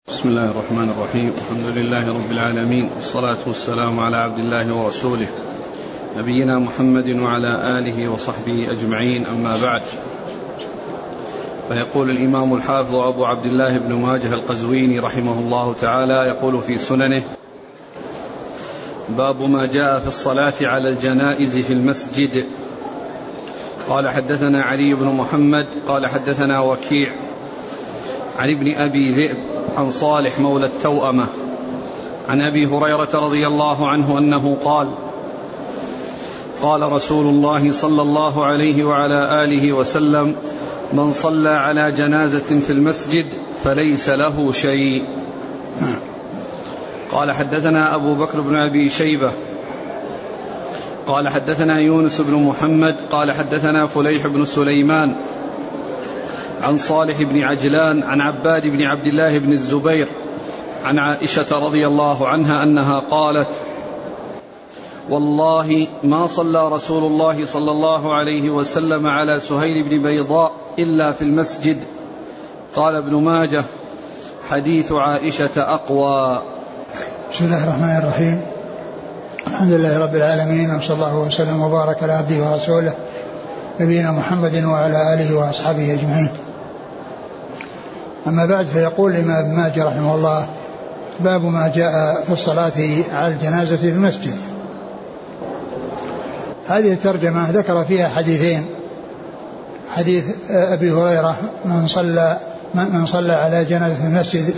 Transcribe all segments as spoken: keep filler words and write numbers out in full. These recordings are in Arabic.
بسم الله الرحمن الرحيم. الحمد لله رب العالمين، والصلاة والسلام على عبد الله ورسوله نبينا محمد وعلى آله وصحبه أجمعين، أما بعد. فيقول الإمام الحافظ أبو عبد الله بن ماجه القزويني رحمه الله تعالى، يقول في سننه: باب ما جاء في الصلاة على الجنائز في المسجد. قال: حدثنا علي بن محمد قال حدثنا وكيع عن ابن أبي ذئب عن صالح مولى التوأمة عن أبي هريرة رضي الله عنه أنه قال: قال رسول الله صلى الله عليه وعلى آله وسلم: من صلى على جنازة في المسجد فليس له شيء. قال: حدثنا أبو بكر بن أبي شيبة قال حدثنا يونس بن محمد قال حدثنا فليح بن سليمان عن صالح بن عجلان عن عباد بن عبد الله بن الزبير عن عائشة رضي الله عنها أنها قالت: والله ما صلى رسول الله صلى الله عليه وسلم على سهيل بن بيضاء إلا في المسجد. قال ابن ماجه: حديث عائشة أقوى. بسم الله الرحمن الرحيم. الحمد لله رب العالمين، وصلى الله وسلم وبارك على عبده ورسوله نبينا محمد وعلى آله وأصحابه أجمعين. أما بعد، فيقول الإمام ابن ماجه رحمه الله: باب ما جاء في الصلاة على الجنازة في المسجد. هذه الترجمة ذكر فيها حديثين: حديث أبي هريرة من صلى من صلى على جنازة في المسجد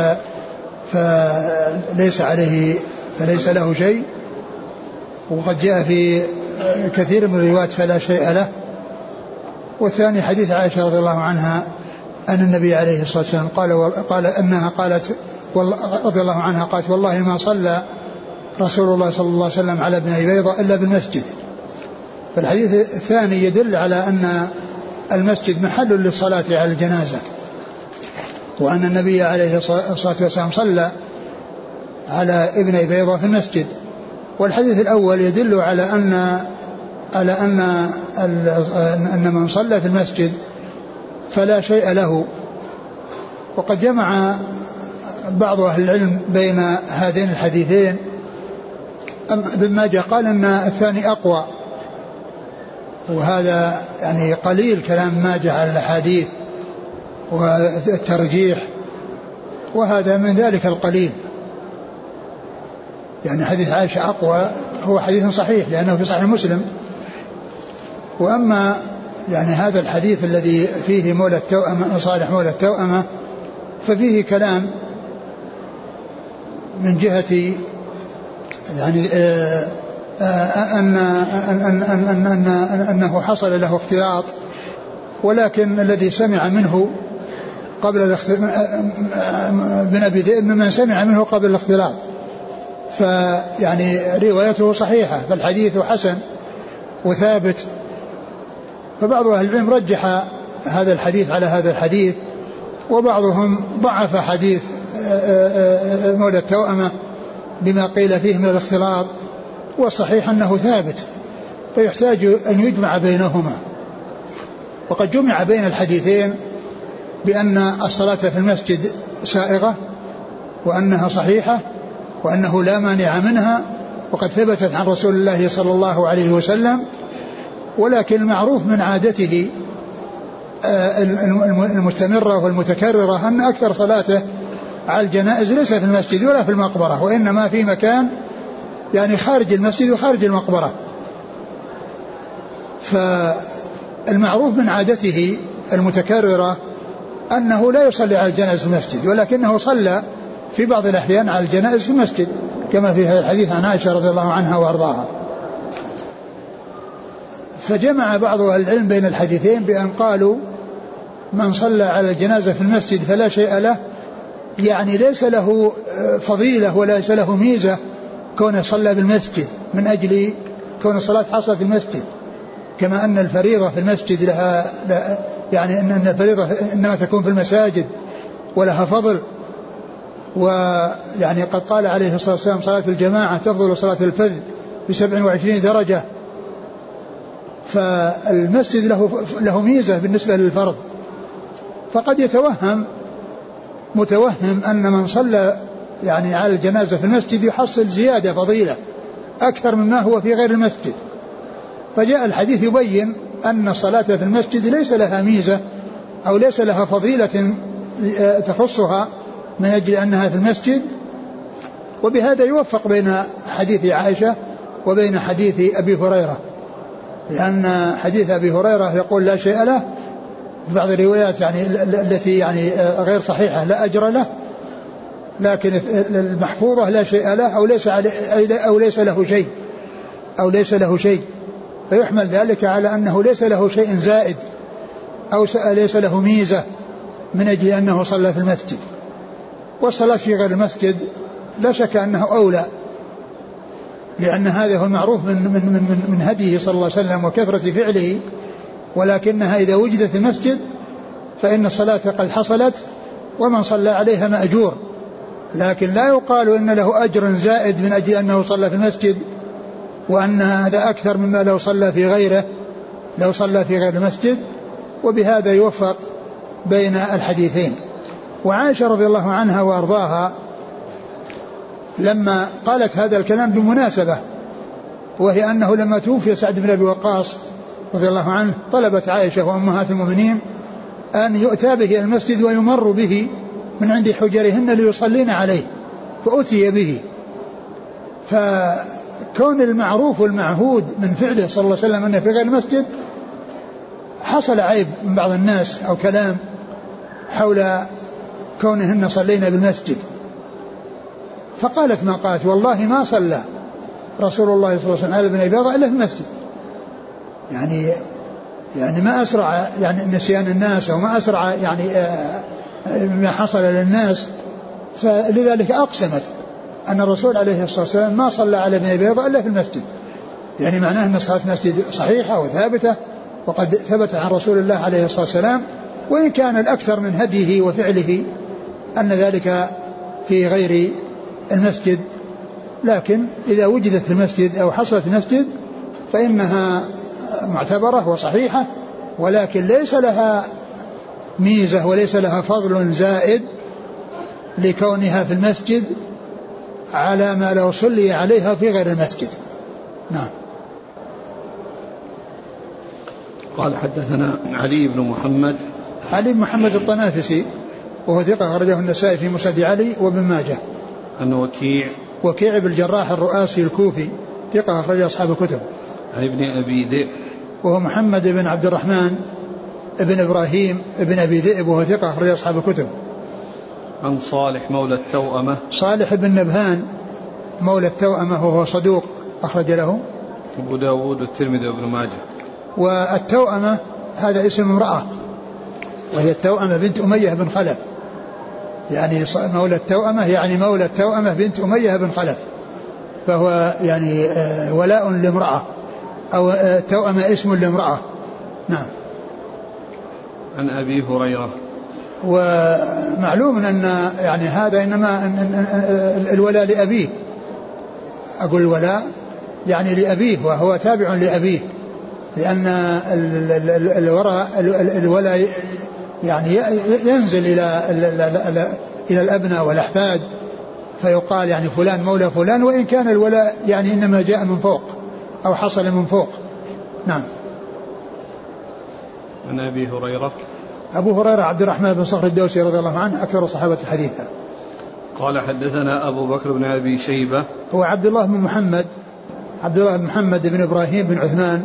فليس عليه فليس له شيء، وقد جاء في كثير من الروايات فلا شيء له. والثاني حديث عائشة رضي الله عنها أن النبي عليه الصلاة والسلام قال قال أنها قالت رضي الله عنها قالت: والله ما صلى رسول الله صلى الله عليه وسلم على ابن بيضاء إلا بالمسجد. فالحديث الثاني يدل على أن المسجد محل للصلاة على الجنازة، وأن النبي عليه الصلاة والسلام صلى على ابن بيضاء في المسجد. والحديث الأول يدل على أن على أن أن من صلى في المسجد فلا شيء له. وقد جمع بعض أهل العلم بين هذين الحديثين. ابن ماجه قال أن الثاني أقوى، وهذا يعني قليل كلام ماجه على الحديث والترجيح، وهذا من ذلك القليل. يعني حديث عائشة أقوى، هو حديث صحيح لأنه في صحيح مسلم. وأما يعني هذا الحديث الذي فيه مولى التوأمة صالح مولى التوأمة ففيه كلام من جهة يعني آآ آآ أن أن أن أن أنه حصل له اختلاط، ولكن الذي سمع منه قبل بن أبي ذئب ممن سمع منه قبل الاختلاط، فيعني روايته صحيحة، فالحديث حسن وثابت. فبعض أهل العلم رجح هذا الحديث على هذا الحديث، وبعضهم ضعف حديث مولى التوأمة بما قيل فيه من الاختلاط، والصحيح أنه ثابت، فيحتاج أن يجمع بينهما. وقد جمع بين الحديثين بأن الصلاة في المسجد سائغة، وأنها صحيحة، وأنه لا مانع منها، وقد ثبتت عن رسول الله صلى الله عليه وسلم. ولكن المعروف من عادته المستمرة والمتكررة أن أكثر صلاته على الجنائز ليس في المسجد ولا في المقبرة، وإنما في مكان يعني خارج المسجد وخارج المقبرة. فالمعروف من عادته المتكررة أنه لا يصلي على الجنائز في المسجد، ولكنه صلى في بعض الأحيان على الجنائز في المسجد، كما في هذا الحديث عن عائشة رضي الله عنها وأرضاها. فجمع بعض أهل العلم بين الحديثين بأن قالوا: من صلى على الجنازة في المسجد فلا شيء له، يعني ليس له فضيلة وليس له ميزة كونه صلى بالمسجد من أجل كون الصلاة حصلت في المسجد، كما أن الفريضة في المسجد لها يعني أن الفريضة إنما تكون في المساجد ولها فضل. ويعني قد قال عليه الصلاة والسلام: صلاة الجماعة تفضل صلاة الفذ بسبع وعشرين درجة. فالمسجد له له ميزة بالنسبة للفرض. فقد يتوهم متوهم أن من صلى يعني على الجنازة في المسجد يحصل زيادة فضيلة أكثر مما هو في غير المسجد. فجاء الحديث يبين أن الصلاة في المسجد ليس لها ميزة أو ليس لها فضيلة تخصها من أجل أنها في المسجد. وبهذا يوفق بين حديث عائشة وبين حديث أبي هريرة، لأن حديث أبي هريرة يقول لا شيء له في بعض الروايات يعني التي يعني غير صحيحة لا أجر له، لكن المحفوظة لا شيء له أو ليس أو ليس له شيء أو ليس له شيء، فيحمل ذلك على أنه ليس له شيء زائد أو ليس له ميزة من أجل أنه صلى في المسجد. والصلاة في غير المسجد لا شك أنه أولى، لأن هذا هو المعروف من, من, من, من هديه صلى الله عليه وسلم وكثرة فعله، ولكنها إذا وجدت في المسجد فإن الصلاة قد حصلت ومن صلى عليها مأجور، لكن لا يقال إن له أجر زائد من أجل أنه صلى في المسجد وأن هذا أكثر مما لو صلى في غيره لو صلى في غير المسجد. وبهذا يوفق بين الحديثين. وعائشة رضي الله عنها وأرضاها لما قالت هذا الكلام بمناسبة، وهي أنه لما توفي سعد بن أبي وقاص رضي الله عنه طلبت عائشة وأمهات المؤمنين أن يؤتى به المسجد ويمر به من عند حجرهن ليصلين عليه، فأتي به. فكون المعروف والمعهود من فعله صلى الله عليه وسلم أنه في غير المسجد حصل عيب من بعض الناس أو كلام حول كونهن صلينا بالمسجد، فقالت ما قالت والله ما صلى رسول الله صلى الله عليه وسلم على بن أبي بكر إلا في المسجد. يعني يعني ما أسرع يعني نسيان الناس أو ما أسرع يعني ما حصل للناس، فلذلك أقسمت أن الرسول عليه الصلاة والسلام ما صلى على بن أبي بكر إلا في المسجد، يعني معناه أن صلاة المسجد صحيحة وثابتة وقد ثبت عن رسول الله عليه الصلاة والسلام، وإن كان الأكثر من هديه وفعله أن ذلك في غير المسجد، لكن إذا وجدت في المسجد أو حصلت في المسجد فإنها معتبرة وصحيحة، ولكن ليس لها ميزة وليس لها فضل زائد لكونها في المسجد على ما لو صلي عليها في غير المسجد. نعم. قال حدثنا علي بن محمد علي بن محمد الطنافسي وهو ثقة أخرجه النسائي في مسند علي وابن ماجه. عن وكيع وكيع بن الجراح الرؤاسي الكوفي ثقة أخرج أصحاب الكتب. عن ابن أبي ذئب وهو محمد بن عبد الرحمن ابن إبراهيم ابن أبي ذئب وهو ثقة أخرج أصحاب الكتب. عن صالح مولى التوأمة صالح بن نبهان مولى التوأمة وهو صدوق أخرج له أبو داود والترمذي وابن ماجه. والتوأمة هذا اسم امرأة، وهي التوأمة بنت أمية بن خلف، يعني مولى التوأمة يعني مولى التوأمة بنت أمية بن خلف، فهو يعني ولاء لامرأة أو توأمة اسم لامرأة. نعم. عن أبي هريرة. ومعلوم أن يعني هذا إنما الولاء لأبيه، أقول الولاء يعني لأبيه وهو تابع لأبيه، لأن الوراء الولاء يعني ينزل إلى إلى الأبناء والأحفاد، فيقال يعني فلان مولى فلان، وإن كان الولاء يعني إنما جاء من فوق أو حصل من فوق. نعم. عن أبي هريرة. أبو هريرة عبد الرحمن بن صخر الدوسي رضي الله عنه أكثر الصحابة حديثا. قال حدثنا أبو بكر بن أبي شيبة هو عبد الله بن محمد عبد الله بن محمد بن إبراهيم بن عثمان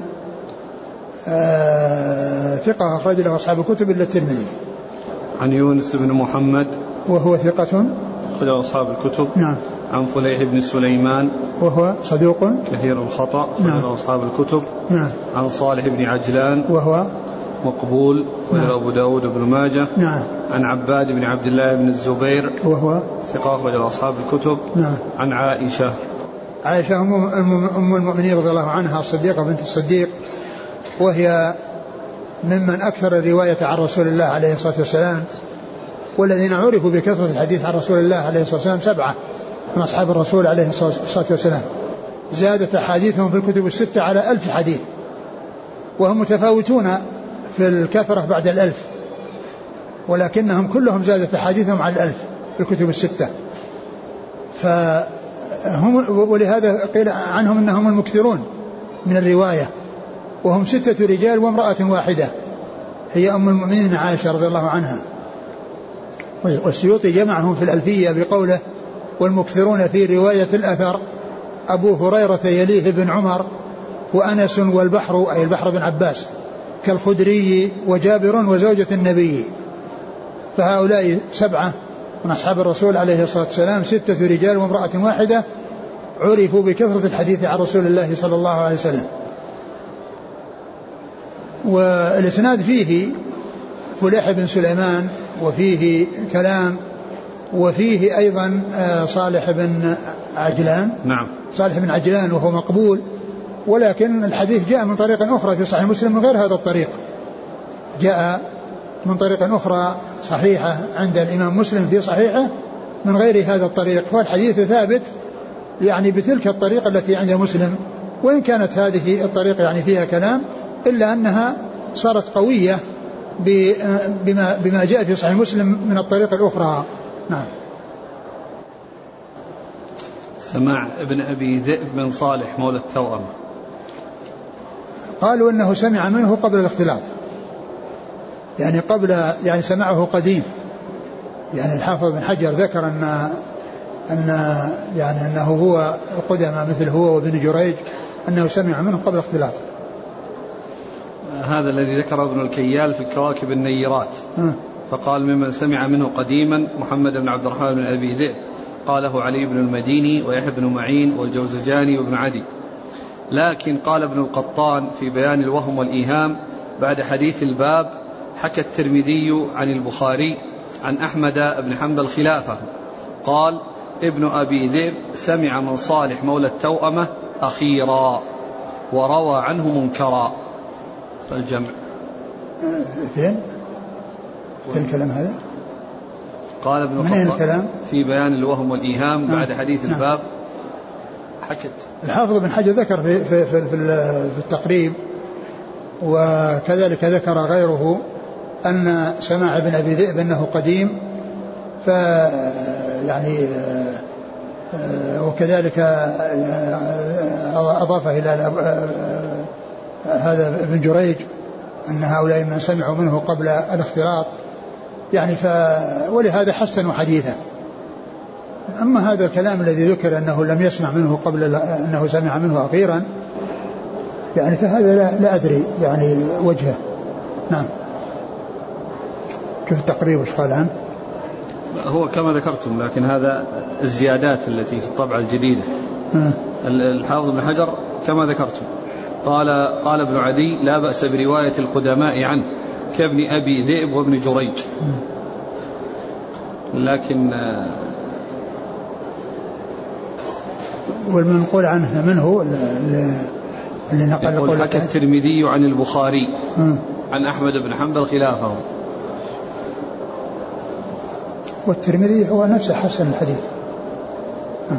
آه ثقة أخرج له أصحاب الكتب إلا الترمذي. عن يونس بن محمد وهو ثقة أخرج أصحاب الكتب. نعم. عن فليح بن سليمان وهو صدوق كثير الخطأ أخرج نعم. أصحاب الكتب. نعم. عن صالح بن عجلان وهو مقبول أخرج أبو داود بن ماجه. نعم. عن عباد بن عبد الله بن الزبير وهو ثقة أخرج أصحاب الكتب. نعم. عن عائشة عائشة أم المؤمنين رضي الله عنها الصديقة بنت الصديق، وهي ممن أكثر الرواية عن رسول الله عليه الصلاة والسلام، والذين عرفوا بكثرة الحديث عن رسول الله عليه الصلاة والسلام سبعة من أصحاب الرسول عليه الصلاة والسلام، زادت أحاديثهم في الكتب الستة على ألف حديث، وهم متفاوتون في الكثرة بعد الألف، ولكنهم كلهم زادت أحاديثهم على الألف في الكتب الستة. فهم ولهذا قيل عنهم أنهم المكثرون من الرواية، وهم ستة رجال وامرأة واحدة هي أم المؤمنين عائشة رضي الله عنها. والسيوطي جمعهم في الألفية بقوله والمكثرون في رواية الأثر أبو هريرة يليه بن عمر وأنس والبحر أي البحر بن عباس كالخدري وجابر وزوجة النبي. فهؤلاء سبعة من أصحاب الرسول عليه الصلاة والسلام، ستة رجال وامرأة واحدة، عرفوا بكثرة الحديث عن رسول الله صلى الله عليه وسلم. والإسناد فيه فليح بن سليمان وفيه كلام، وفيه أيضا صالح بن عجلان. نعم. صالح بن عجلان وهو مقبول، ولكن الحديث جاء من طريق أخرى في صحيح مسلم من غير هذا الطريق، جاء من طريق أخرى صحيحة عند الإمام مسلم في صحيحه من غير هذا الطريق، فالحديث ثابت يعني بتلك الطريقة التي عند مسلم، وإن كانت هذه الطريقة يعني فيها كلام إلا أنها صارت قوية بما, بما جاء في صحيح مسلم من الطريقة الأخرى. نعم. سماع ابن أبي ذئب من صالح مولى التوأم، قالوا إنه سمع منه قبل الاختلاط، يعني قبل يعني سمعه قديم. يعني الحافظ بن حجر ذكر أن أن يعني أنه هو القدمى مثل هو وابن جريج أنه سمع منه قبل الاختلاط. هذا الذي ذكره ابن الكيال في كواكب النيرات، م. فقال ممن سمع منه قديما محمد بن عبد الرحمن بن أبي ذئب، قاله علي بن المديني ويحيى بن معين والجوزجاني وابن عدي. لكن قال ابن القطان في بيان الوهم والإيهام بعد حديث الباب: حكى الترمذي عن البخاري عن أحمد بن حنبل خلافه، قال ابن أبي ذئب سمع من صالح مولى التوأمة أخيرا وروى عنه منكرا. الجمع فين؟ في الكلام هذا قال ابن القطان في بيان الوهم والإيهام بعد حديث نعم. الباب حكت الحافظ بن حجر ذكر في, في, في, في التقريب، وكذلك ذكر غيره أن سماع ابن أبي ذئب أنه قديم، ف يعني وكذلك أضاف إلى هذا ابن جريج أن هؤلاء من سمعوا منه قبل الاختلاط، يعني ف ولهذا حسنوا حديثه. أما هذا الكلام الذي ذكر أنه لم يسمع منه قبل أنه سمع منه أخيرا، يعني فهذا لا, لا أدري يعني وجهه. نعم. كيف التقريب وش قال عنه؟ هو كما ذكرتم، لكن هذا الزيادات التي في الطبعة الجديدة. الحافظ بن حجر كما ذكرتم قال قال ابن عدي: لا بأس برواية القدماء عنه كابن أبي ذئب وابن جريج. لكن والمنقول عنه من هو اللي نقل؟ يقول حكى الترمذي عن البخاري م. عن أحمد بن حنبل خلافه، والترمذي هو نفسه حسن الحديث. م.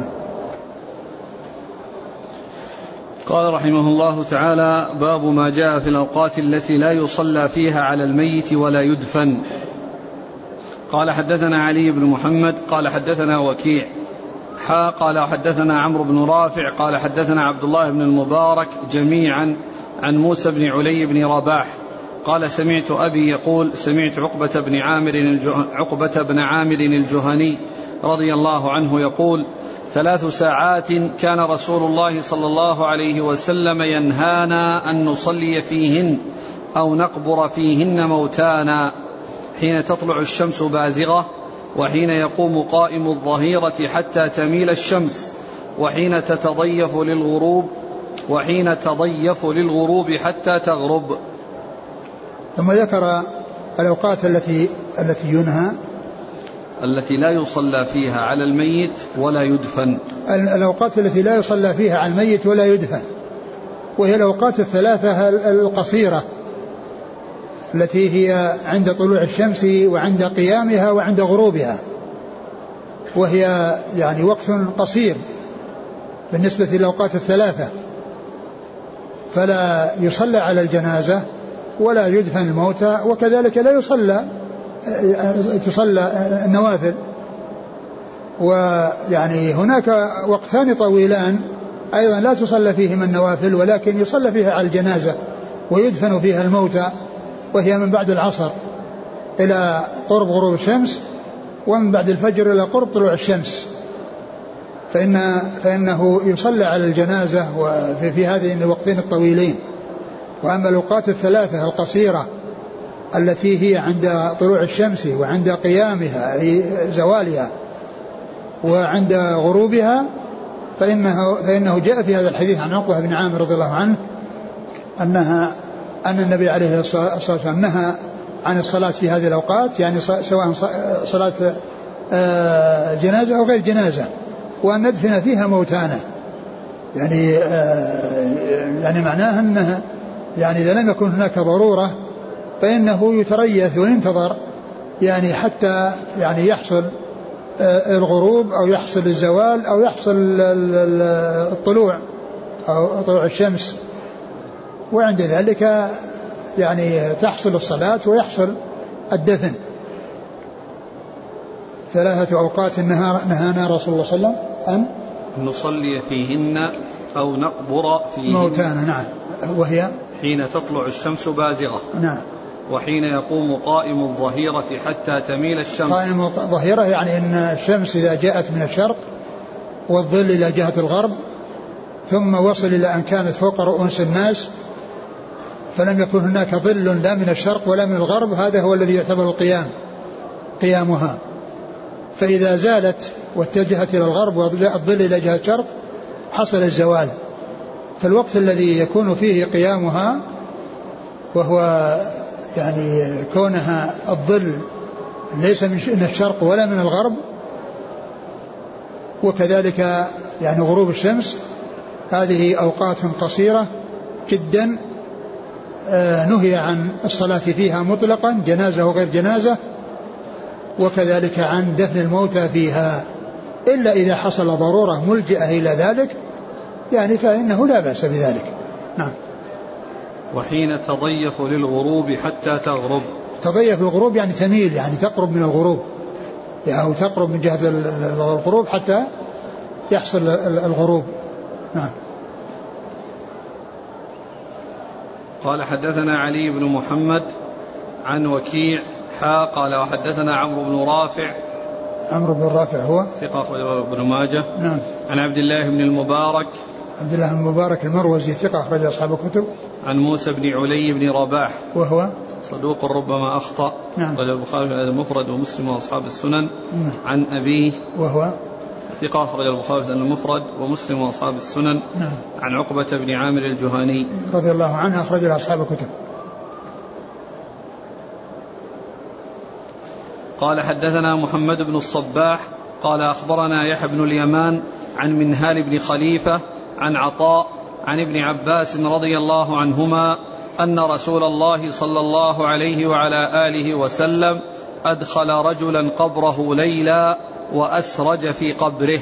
قال رحمه الله تعالى: باب ما جاء في الأوقات التي لا يصلى فيها على الميت ولا يدفن. قال حدثنا علي بن محمد قال حدثنا وكيع حا قال حدثنا عمرو بن رافع قال حدثنا عبد الله بن المبارك جميعا عن موسى بن علي بن رباح قال سمعت أبي يقول: سمعت عقبة بن عامر عقبة بن عامر الجهني رضي الله عنه يقول: ثلاث ساعات كان رسول الله صلى الله عليه وسلم ينهانا أن نصلي فيهن أو نقبر فيهن موتانا، حين تطلع الشمس بازغة، وحين يقوم قائم الظهيرة حتى تميل الشمس، وحين تتضيف للغروب وحين تضيف للغروب حتى تغرب. ثم ذكر الأوقات التي التي ينهى التي لا يصلى فيها على الميت ولا يدفن. الأوقات التي لا يصلى فيها على الميت ولا يدفن، وهي الأوقات الثلاثة القصيرة التي هي عند طلوع الشمس وعند قيامها وعند غروبها، وهي يعني وقت قصير بالنسبة للأوقات الثلاثة، فلا يصلى على الجنازة ولا يدفن الموتى، وكذلك لا يصلى تصلى النوافل. ويعني هناك وقتان طويلان أيضا لا تصلى فيهما النوافل ولكن يصلى فيها على الجنازة ويدفن فيها الموتى، وهي من بعد العصر إلى قرب غروب الشمس، ومن بعد الفجر إلى قرب طلوع الشمس. فإن فإنه يصلى على الجنازة وفي في هذين الوقتين الطويلين. وأما الأوقات الثلاثة القصيرة التي هي عند طلوع الشمس وعند قيامها أي زوالها وعند غروبها فإنه, فإنه جاء في هذا الحديث عن عقبة بن عامر رضي الله عنه أنها أن النبي عليه الصلاة والسلام نهى عن الصلاة في هذه الأوقات، يعني سواء صلاة جنازة أو غير جنازة، وأن ندفن فيها موتانا. يعني يعني معناها أنها يعني إذا لم يكن هناك ضرورة فإنه يتريث وينتظر يعني حتى يعني يحصل الغروب أو يحصل الزوال أو يحصل الطلوع أو طلوع الشمس، وعند ذلك يعني تحصل الصلاة ويحصل الدفن. ثلاثة أوقات نهانا رسول الله صلى الله عليه وسلم أن نصلي فيهن أو نقبر فيهن موتانا. نعم. وهي حين تطلع الشمس بازغة. نعم. وحين يقوم قائم الظهيرة حتى تميل الشمس. قائم الظهيرة يعني أن الشمس إذا جاءت من الشرق والظل إلى جهة الغرب ثم وصل إلى أن كانت فوق رؤوس الناس فلم يكن هناك ظل لا من الشرق ولا من الغرب، هذا هو الذي يعتبر القيام قيامها. فإذا زالت واتجهت إلى الغرب والظل إلى جهة الشرق حصل الزوال. فالوقت الذي يكون فيه قيامها وهو يعني كونها الظل ليس من الشرق ولا من الغرب، وكذلك يعني غروب الشمس، هذه أوقات قصيرة جدا نهي عن الصلاة فيها مطلقا جنازة وغير جنازة، وكذلك عن دفن الموتى فيها إلا إذا حصل ضرورة ملجئة إلى ذلك يعني فإنه لا بأس بذلك. نعم. وحين تضيف للغروب حتى تغرب. تضيف الغروب يعني تميل يعني تقرب من الغروب يعني تقرب من جهة الغروب حتى يحصل الغروب. نعم. قال حدثنا علي بن محمد عن وكيع حا قال وحدثنا عمرو بن رافع. عمرو بن رافع هو ثقة أخرجه ابن ماجه. نعم. عن عبد الله بن المبارك. عبد الله بن المبارك المروزي ثقة أخرج أصحاب الكتب. عن موسى بن علي بن رباح وهو صدوق ربما أخطأ. نعم. قال البخاري في المفرد ومسلم وأصحاب السنن. نعم. عن أبيه وهو ثقة أخرج البخاري في المفرد ومسلم وأصحاب السنن. نعم. عن عقبة بن عامر الجهني رضي الله عنه أخرج أصحاب الكتب. قال حدثنا محمد بن الصباح قال أخبرنا يحيى بن اليمان عن منهال بن خليفة عن عطاء عن ابن عباس رضي الله عنهما أن رسول الله صلى الله عليه وعلى آله وسلم أدخل رجلا قبره ليلا وأسرج في قبره.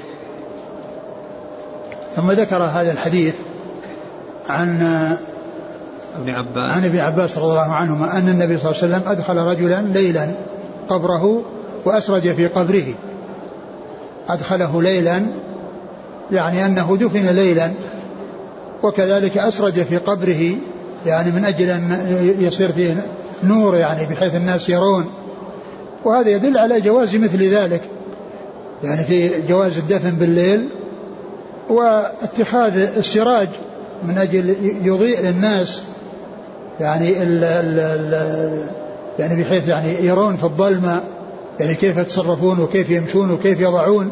ثم ذكر هذا الحديث عن ابن عباس عن ابن عباس رضي الله عنهما أن النبي صلى الله عليه وسلم أدخل رجلا ليلا قبره وأسرج في قبره. أدخله ليلا يعني أنه دفن ليلا، وكذلك أسرج في قبره يعني من أجل أن يصير فيه نور يعني بحيث الناس يرون، وهذا يدل على جواز مثل ذلك يعني في جواز الدفن بالليل واتخاذ السراج من أجل يضيء للناس يعني ال ال ال يعني بحيث يعني يرون في الظلمة يعني كيف يتصرفون وكيف يمشون وكيف يضعون.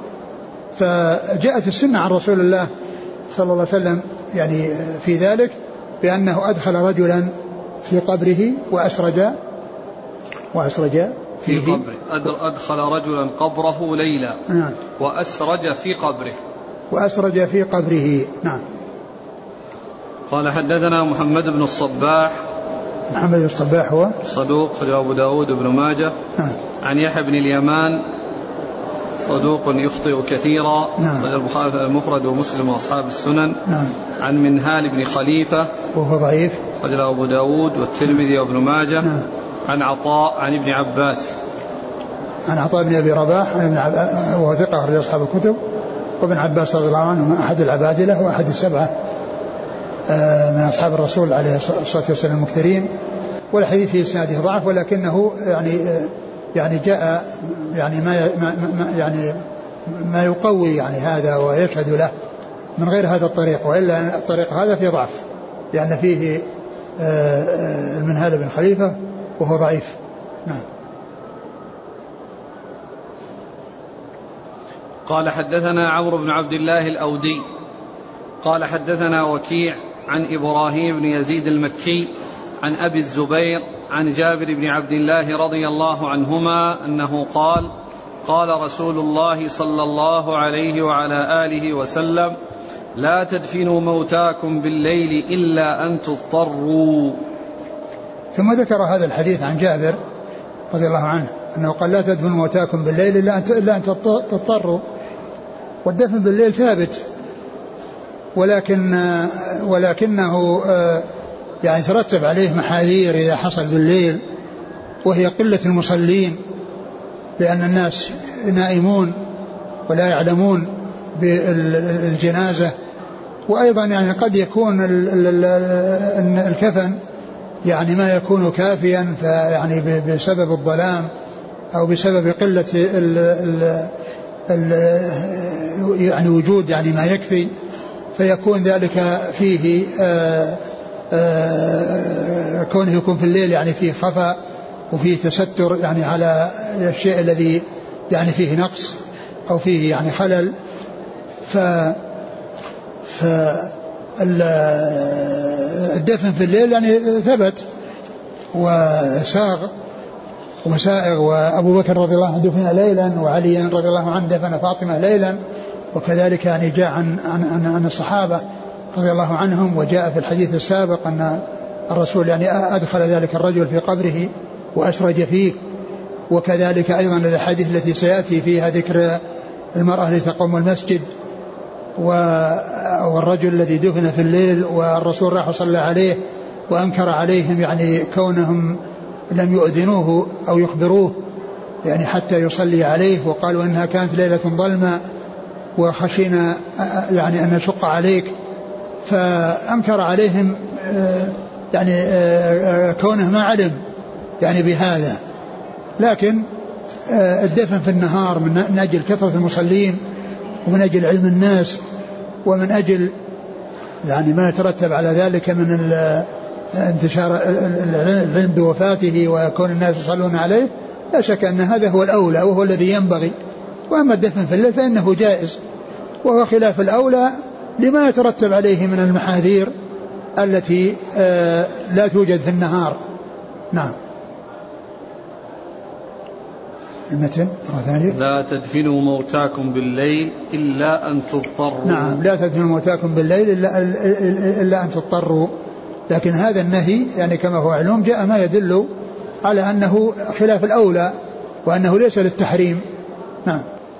فجاءت السنة عن رسول الله صلى الله عليه وسلم يعني في ذلك بأنه أدخل رجلا في قبره وأسرج وأسرج في قبره. أدخل رجلا قبره ليلا. نعم. وأسرج في قبره. وأسرج في قبره. نعم. قال حدثنا محمد بن الصباح. محمد بن الصباح هو صدوق خرج أبو داود بن ماجه. نعم. عن يحيى بن اليمان صدوق يخطئ كثيرا. نعم. خرج البخاري في المفرد ومسلم وأصحاب السنن. نعم. عن منهال بن خليفة وهو ضعيف. خرج أبو داود والترمذي وابن ماجه. نعم. عن عطاء عن ابن عباس عن عطاء بن أبي رباح عن ابن عباس وهو ثقة أخرج أصحاب الكتب. وابن عباس رضي الله عنه أحد العبادلة وأحد السبعة من أصحاب الرسول عليه الصلاة والسلام المكثرين. والحديث في إسناده ضعف ولكنه يعني يعني جاء يعني ما ما يعني ما يقوي يعني هذا ويشهد له من غير هذا الطريق، وإلا الطريق هذا فيه ضعف لأن فيه المنهال بن خليفة وهو ضعيف. نعم. قال حدثنا عمرو بن عبد الله الأودي قال حدثنا وكيع عن إبراهيم بن يزيد المكي عن أبي الزبير عن جابر بن عبد الله رضي الله عنهما أنه قال قال رسول الله صلى الله عليه وعلى آله وسلم لا تدفنوا موتاكم بالليل إلا أن تضطروا. ثم ذكر هذا الحديث عن جابر رضي الله عنه أنه قال لا تدفنوا موتاكم بالليل إلا أن تضطروا. والدفن بالليل ثابت ولكن ولكنه يعني ترتب عليه محاذير إذا حصل بالليل، وهي قلة المصلين لأن الناس نائمون ولا يعلمون بالجنازة. وأيضا يعني قد يكون الكفن يعني ما يكون كافيا فيعني بسبب الظلام أو بسبب قلة ال ال ال يعني وجود يعني ما يكفي، فيكون ذلك فيه آآ آآ كونه يكون في الليل يعني فيه خفاء وفيه تستر يعني على الشيء الذي يعني فيه نقص أو فيه يعني خلل. ف فالدفن في الليل يعني ثبت وساغ وسائغ، وأبو بكر رضي الله عنه دفن ليلا وعلي رضي الله عنه دفن فاطمة ليلا، وكذلك يعني جاء عن, عن, عن, عن الصحابة رضي الله عنهم. وجاء في الحديث السابق أن الرسول يعني أدخل ذلك الرجل في قبره وأشرج فيه. وكذلك أيضا الحديث التي سيأتي فيها ذكر المرأة التي تقوم المسجد والرجل الذي دفن في الليل والرسول راح صلى عليه وأنكر عليهم يعني كونهم لم يؤذنوه أو يخبروه يعني حتى يصلي عليه، وقالوا إنها كانت ليلة ظلمة وخشينا يعني أن نشق عليك، فأنكر عليهم يعني كونه ما علم يعني بهذا. لكن الدفن في النهار من أجل كثرة المصلين ومن أجل علم الناس ومن أجل يعني ما يترتب على ذلك من انتشار العلم بوفاته وكون الناس يصلون عليه، لا شك أن هذا هو الأولى وهو الذي ينبغي. وأما الدفن في الليل فإنه جائز، وهو خلاف الأولى لما يترتب عليه من المحاذير التي لا توجد في النهار. نعم. المتن مرة ثانية لا تدفنوا موتاكم بالليل إلا أن تضطروا. نعم، لا تدفنوا موتاكم بالليل إلا, إلا أن تضطروا. لكن هذا النهي يعني كما هو علوم جاء ما يدل على أنه خلاف الأولى وأنه ليس للتحريم. نعم.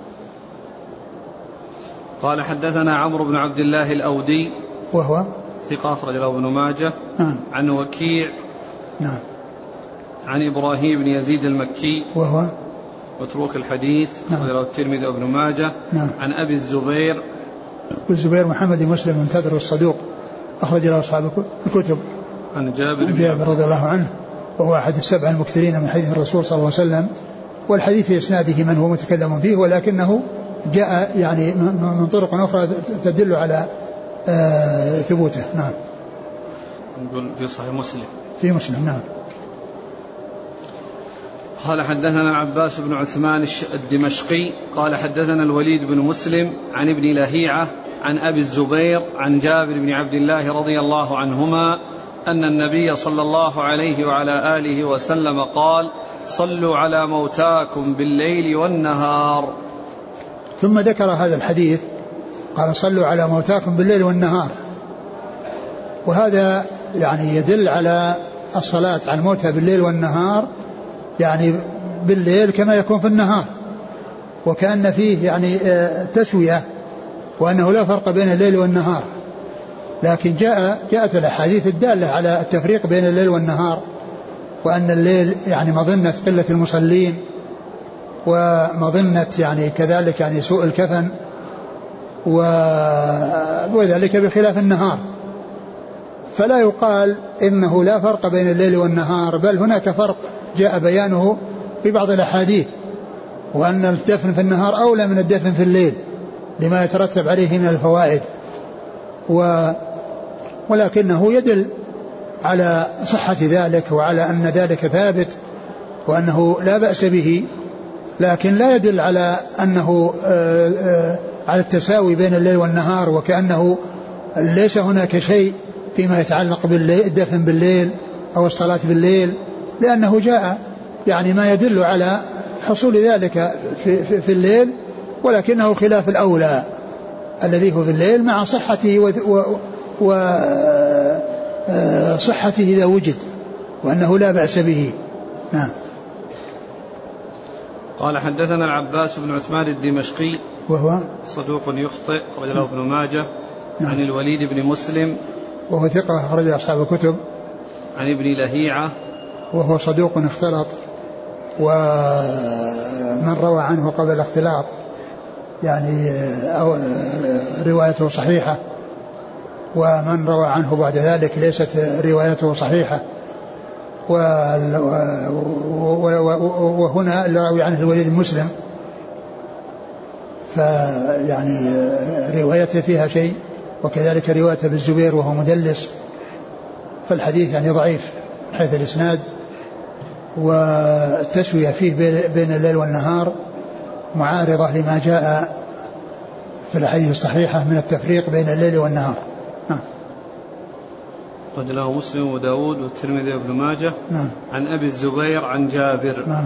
قال حدثنا عمرو بن عبد الله الأودي وهو ثقة أخرج له ابن ماجه. نعم. عن وكيع. نعم. عن إبراهيم بن يزيد المكي وهو متروك الحديث. نعم. له الترمذي وابن ماجه. نعم. عن أبي الزبير. أبو الزبير محمد بن مسلم المنتظر الصدوق أخرج له أصحاب الكتب. عن جابر عن جابر رضي الله عنه وهو أحد السبع المكثرين من حديث الرسول صلى الله عليه وسلم. والحديث في إسناده من هو متكلم فيه، ولكنه جاء يعني من طرق أخرى تدل على آه ثبوته. نعم. نقول في صحيح مسلم. في مسلم. نعم. قال حدثنا العباس بن عثمان الدمشقي قال حدثنا الوليد بن مسلم عن ابن لهيعة عن أبي الزبير عن جابر بن عبد الله رضي الله عنهما أن النبي صلى الله عليه وعلى آله وسلم قال صلوا على موتاكم بالليل والنهار. ثم ذكر هذا الحديث قال صلوا على موتاكم بالليل والنهار، وهذا يعني يدل على الصلاة على الموتى بالليل والنهار، يعني بالليل كما يكون في النهار، وكأن فيه يعني تسوية وأنه لا فرق بين الليل والنهار. لكن جاء جاءت الأحاديث الدالة على التفريق بين الليل والنهار، وأن الليل يعني مظنة قلة المصلين ومظنة يعني كذلك يعني سوء الكفن، وذلك بخلاف النهار. فلا يقال إنه لا فرق بين الليل والنهار، بل هناك فرق جاء بيانه في بعض الأحاديث، وأن الدفن في النهار أولى من الدفن في الليل لما يترتب عليه من الفوائد، و ولكنه يدل على صحة ذلك وعلى أن ذلك ثابت وأنه لا بأس به، لكن لا يدل على أنه آآ آآ على التساوي بين الليل والنهار، وكأنه ليس هناك شيء فيما يتعلق بالدفن بالليل أو الصلاة بالليل، لأنه جاء يعني ما يدل على حصول ذلك في, في, في الليل، ولكنه خلاف الأولى الذي هو في الليل مع صحته وصحته إذا وجد، وأنه لا بأس به. نعم. قال حدثنا العباس بن عثمان الدمشقي وهو صدوق يخطئ أخرج له ابن ماجه. نعم. عن الوليد بن مسلم وهو ثقة أخرج أصحاب الكتب. عن ابن لهيعة وهو صدوق اختلط، ومن روى عنه قبل الاختلاط يعني أو روايته صحيحة، ومن روى عنه بعد ذلك ليست روايته صحيحة. وهنا اللي روي عنه الوليد المسلم فيعني روايته فيها شيء، وكذلك روايته بالزبير وهو مدلس، فالحديث يعني ضعيف من حيث الإسناد، والتسوية فيه بين الليل والنهار معارضة لما جاء في الحديث الصحيحة من التفريق بين الليل والنهار. نعم. قد له مسلم وداود والترمذي وابن ماجه. نعم. عن أبي الزبير عن جابر. نعم.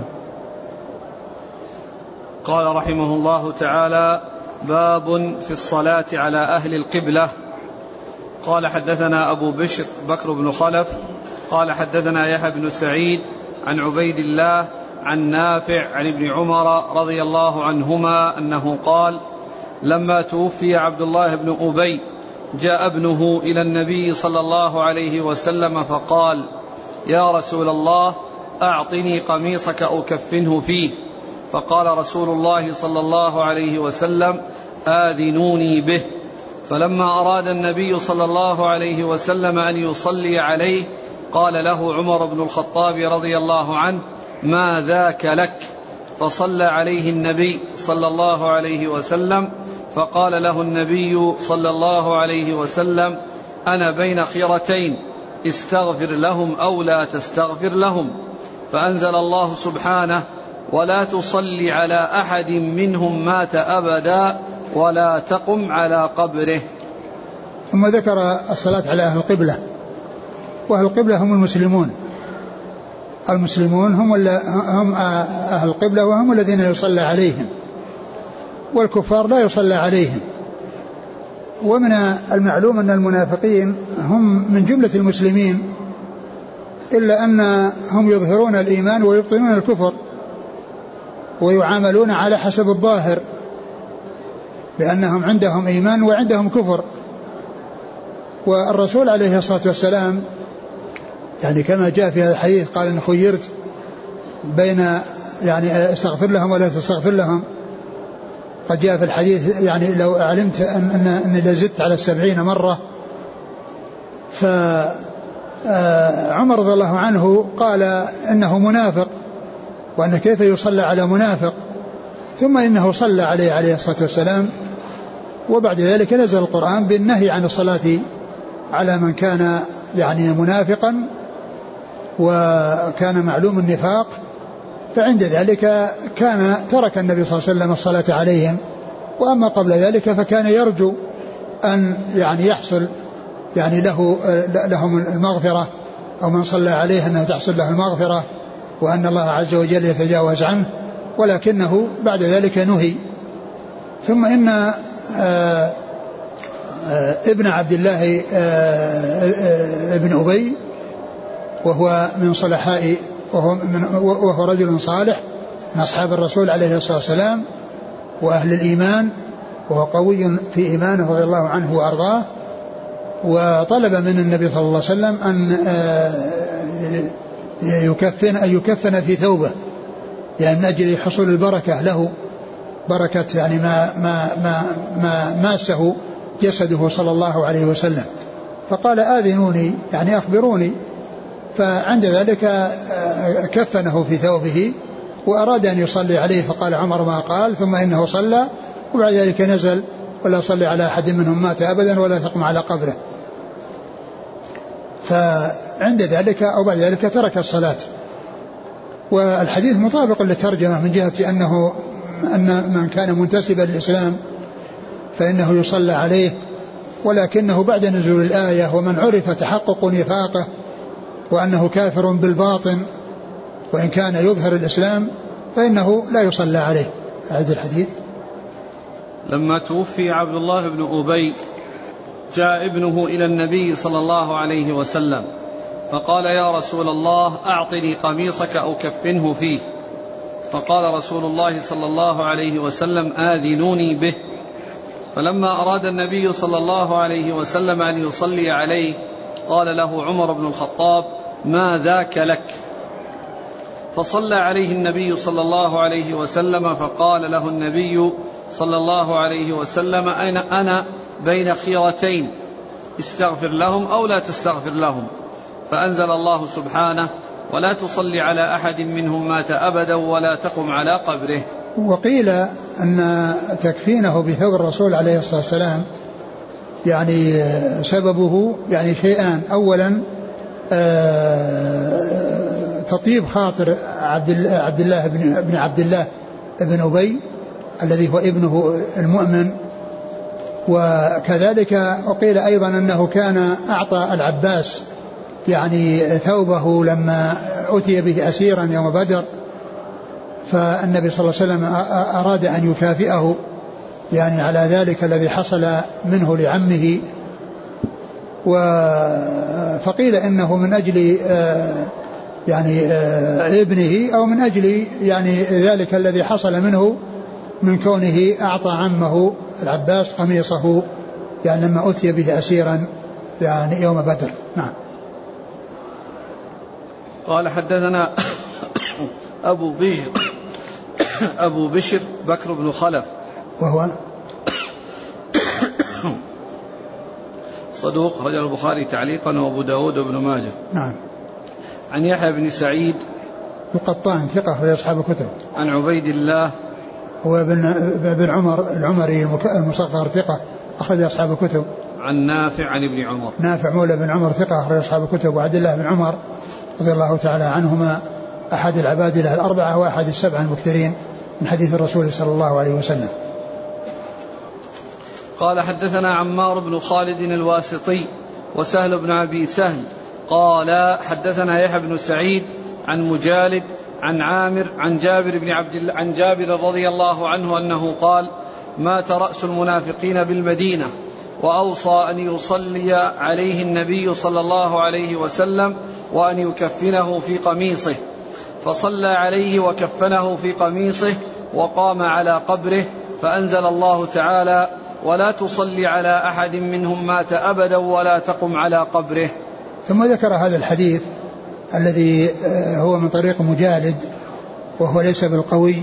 قال رحمه الله تعالى: باب في الصلاة على أهل القبلة. قال حدثنا أبو بشر بكر بن خلف قال حدثنا يحيى بن سعيد عن عبيد الله عن نافع عن ابن عمر رضي الله عنهما أنه قال: لما توفي عبد الله بن أبي جاء ابنه إلى النبي صلى الله عليه وسلم فقال: يا رسول الله أعطني قميصك أكفنه فيه. فقال رسول الله صلى الله عليه وسلم: آذنوني به. فلما أراد النبي صلى الله عليه وسلم أن يصلي عليه قال له عمر بن الخطاب رضي الله عنه: ما ذاك لك؟ فصلى عليه النبي صلى الله عليه وسلم، فقال له النبي صلى الله عليه وسلم: أنا بين خيرتين، استغفر لهم أو لا تستغفر لهم. فأنزل الله سبحانه: ولا تصلي على أحد منهم مات أبدا ولا تقم على قبره. ثم ذكر الصلاة على أهل القبلة، وأهل القبلة هم المسلمون. المسلمون هم هم أهل القبلة، وهم الذين يصلى عليهم، والكفار لا يصلى عليهم. ومن المعلوم أن المنافقين هم من جملة المسلمين، إلا أنهم يظهرون الإيمان ويبطنون الكفر، ويعاملون على حسب الظاهر، لأنهم عندهم إيمان وعندهم كفر. والرسول عليه الصلاة والسلام يعني كما جاء في هذا الحديث قال: إن خيرت بين يعني استغفر لهم ولا تستغفر لهم. قد جاء في الحديث يعني لو علمت أن أني لزدت على السبعين مرة. فعمر رضي الله عنه قال إنه منافق، وأن كيف يصلى على منافق، ثم إنه صلى عليه عليه الصلاة والسلام. وبعد ذلك نزل القرآن بالنهي عن الصلاة على من كان يعني منافقا وكان معلوم النفاق، فعند ذلك كان ترك النبي صلى الله عليه وسلم الصلاة عليهم. وأما قبل ذلك فكان يرجو أن يعني يحصل يعني له لهم المغفرة، أو من صلى عليه أنه تحصل له المغفرة، وأن الله عز وجل يتجاوز عنه، ولكنه بعد ذلك نهي. ثم إن آآ آآ ابن عبد الله ابن أبي وهو من صلحاء وهو, من وهو رجل صالح من أصحاب الرسول عليه الصلاة والسلام وأهل الإيمان، وهو قوي في إيمانه رضي الله عنه وأرضاه، وطلب من النبي صلى الله عليه وسلم أن يكفن أن يكفن في ثوبه، يعني من أجل حصول البركة له، بركة يعني ما ما ما ما ماسه جسده صلى الله عليه وسلم. فقال آذنوني يعني أخبروني، فعند ذلك كفنه في ثوبه وأراد أن يصلي عليه، فقال عمر ما قال، ثم إنه صلى وبعد ذلك نزل ولا صلي على أحد منهم مات أبدا ولا تقم على قبره. فعند ذلك أو بعد ذلك ترك الصلاة. والحديث مطابق للترجمة من جهة أنه أن من كان منتسبا للإسلام فإنه يصلى عليه، ولكنه بعد نزول الآية ومن عرف تحقق نفاقه وأنه كافر بالباطن وإن كان يظهر الإسلام فإنه لا يصلى عليه. أعد الحديث. لما توفي عبد الله بن أبي جاء ابنه إلى النبي صلى الله عليه وسلم فقال يا رسول الله أعطني قميصك أو كفنه فيه، فقال رسول الله صلى الله عليه وسلم آذنوني به. فلما أراد النبي صلى الله عليه وسلم أن يصلي عليه قال له عمر بن الخطاب ما ذاك لك؟ فصلى عليه النبي صلى الله عليه وسلم، فقال له النبي صلى الله عليه وسلم أنا, أنا بين خيرتين استغفر لهم أو لا تستغفر لهم، فأنزل الله سبحانه ولا تصلي على أحد منهم مات أبدا ولا تقم على قبره. وقيل أن تكفينه بثوب الرسول عليه الصلاة والسلام يعني سببه يعني شيئان، أولا تطيب خاطر عبد الله بن عبد الله بن أبي الذي هو ابنه المؤمن، وكذلك وقيل أيضا أنه كان أعطى العباس يعني ثوبه لما أتي به أسيرا يوم بدر، فالنبي صلى الله عليه وسلم أراد أن يكافئه يعني على ذلك الذي حصل منه لعمه، فقيل إنه من أجل يعني ابنه أو من أجل يعني ذلك الذي حصل منه من كونه أعطى عمه العباس قميصه يعني لما أتي به أسيرا يعني يوم بدر. نعم. قال حدثنا أبو بشر أبو بشر بكر بن خلف وهو صدوق رجل البخاري تعليقا وأبو داود وابن ماجه. نعم. عن يحيى بن سعيد القطان ثقة في أصحاب الكتب. عن عبيد الله هو بن بن عمر العمري المصغر ثقة أخرج أصحاب الكتب. عن نافع عن ابن عمر نافع مولى بن عمر ثقة أخرج أصحاب الكتب. وعبد الله بن عمر رضي الله تعالى عنهما أحد العباد له الأربعة وأحد السبعة المكثرين من حديث الرسول صلى الله عليه وسلم. قال حدثنا عمار بن خالد الواسطي وسهل بن أبي سهل قال حدثنا يحيى بن سعيد عن مجالد عن عامر عن جابر بن عبد الله عن جابر رضي الله عنه أنه قال مات رأس المنافقين بالمدينة وأوصى أن يصلي عليه النبي صلى الله عليه وسلم وأن يكفنه في قميصه، فصلى عليه وكفنه في قميصه وقام على قبره، فأنزل الله تعالى ولا تصلي على أحد منهم مات أبدا ولا تقم على قبره. ثم ذكر هذا الحديث الذي هو من طريق مجالد وهو ليس بالقوي،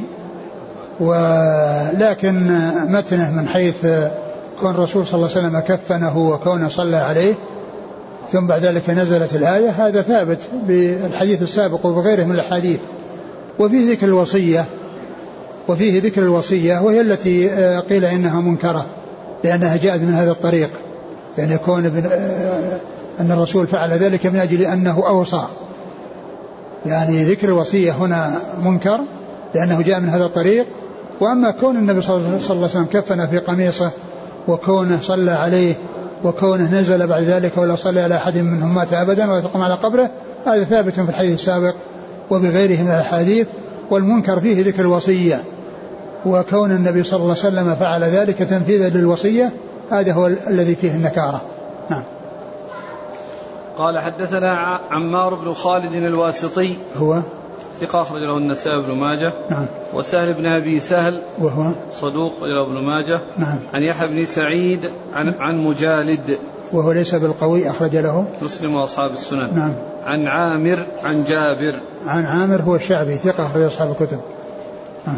ولكن متنه من حيث كون الرسول صلى الله عليه وسلم كفنه وكون صلى عليه ثم بعد ذلك نزلت الآية، هذا ثابت بالحديث السابق وبغيره من الحديث. وفيه ذكر الوصية وفيه ذكر الوصية وهي التي قيل إنها منكرة لأنها جاءت من هذا الطريق، يعني يكون أن الرسول فعل ذلك من أجل أنه أوصى، يعني ذكر الوصية هنا منكر لأنه جاء من هذا الطريق. وأما كون النبي صلى الله عليه وسلم كفن في قميصه وكونه صلى عليه وكونه نزل بعد ذلك ولا صلى على أحد منهم مات أبدا ولا تقم على قبره، هذا ثابت في الحديث السابق وبغيره من الحديث. والمنكر فيه ذكر الوصية، وكون النبي صلى الله عليه وسلم فعل ذلك تنفيذا للوصية هذا هو الذي فيه النكارة. نعم. قال حدثنا عمار بن خالد الواسطي هو ثقة أخرج له النسائي بن ماجه. نعم. وسهل بن أبي سهل وهو صدوق أخرج له ابن ماجه. نعم. عن يحيى بن سعيد عن عن مجالد وهو ليس بالقوي أخرج له مسلم وأصحاب السنن. نعم. عن عامر عن جابر. عن عامر هو الشعبي ثقة أخرج أصحاب الكتب. نعم.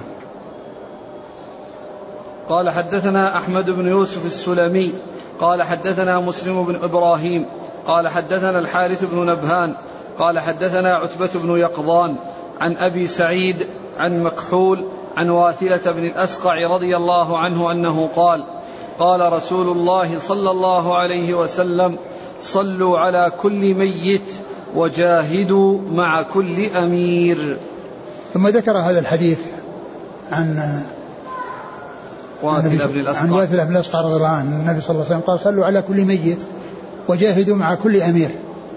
قال حدثنا أحمد بن يوسف السلمي قال حدثنا مسلم بن إبراهيم قال حدثنا الحارث بن نبهان قال حدثنا عتبة بن يقظان عن أبي سعيد عن مكحول عن واثلة بن الأسقع رضي الله عنه أنه قال قال رسول الله صلى الله عليه وسلم صلوا على كل ميت وجاهدوا مع كل أمير. ثم ذكر هذا الحديث عن واثلة بن الأسقع عن واثلة بن الأسقع رضي الله عنه النبي صلى الله عليه وسلم قال صلوا على كل ميت وجاهدوا مع كل أمير.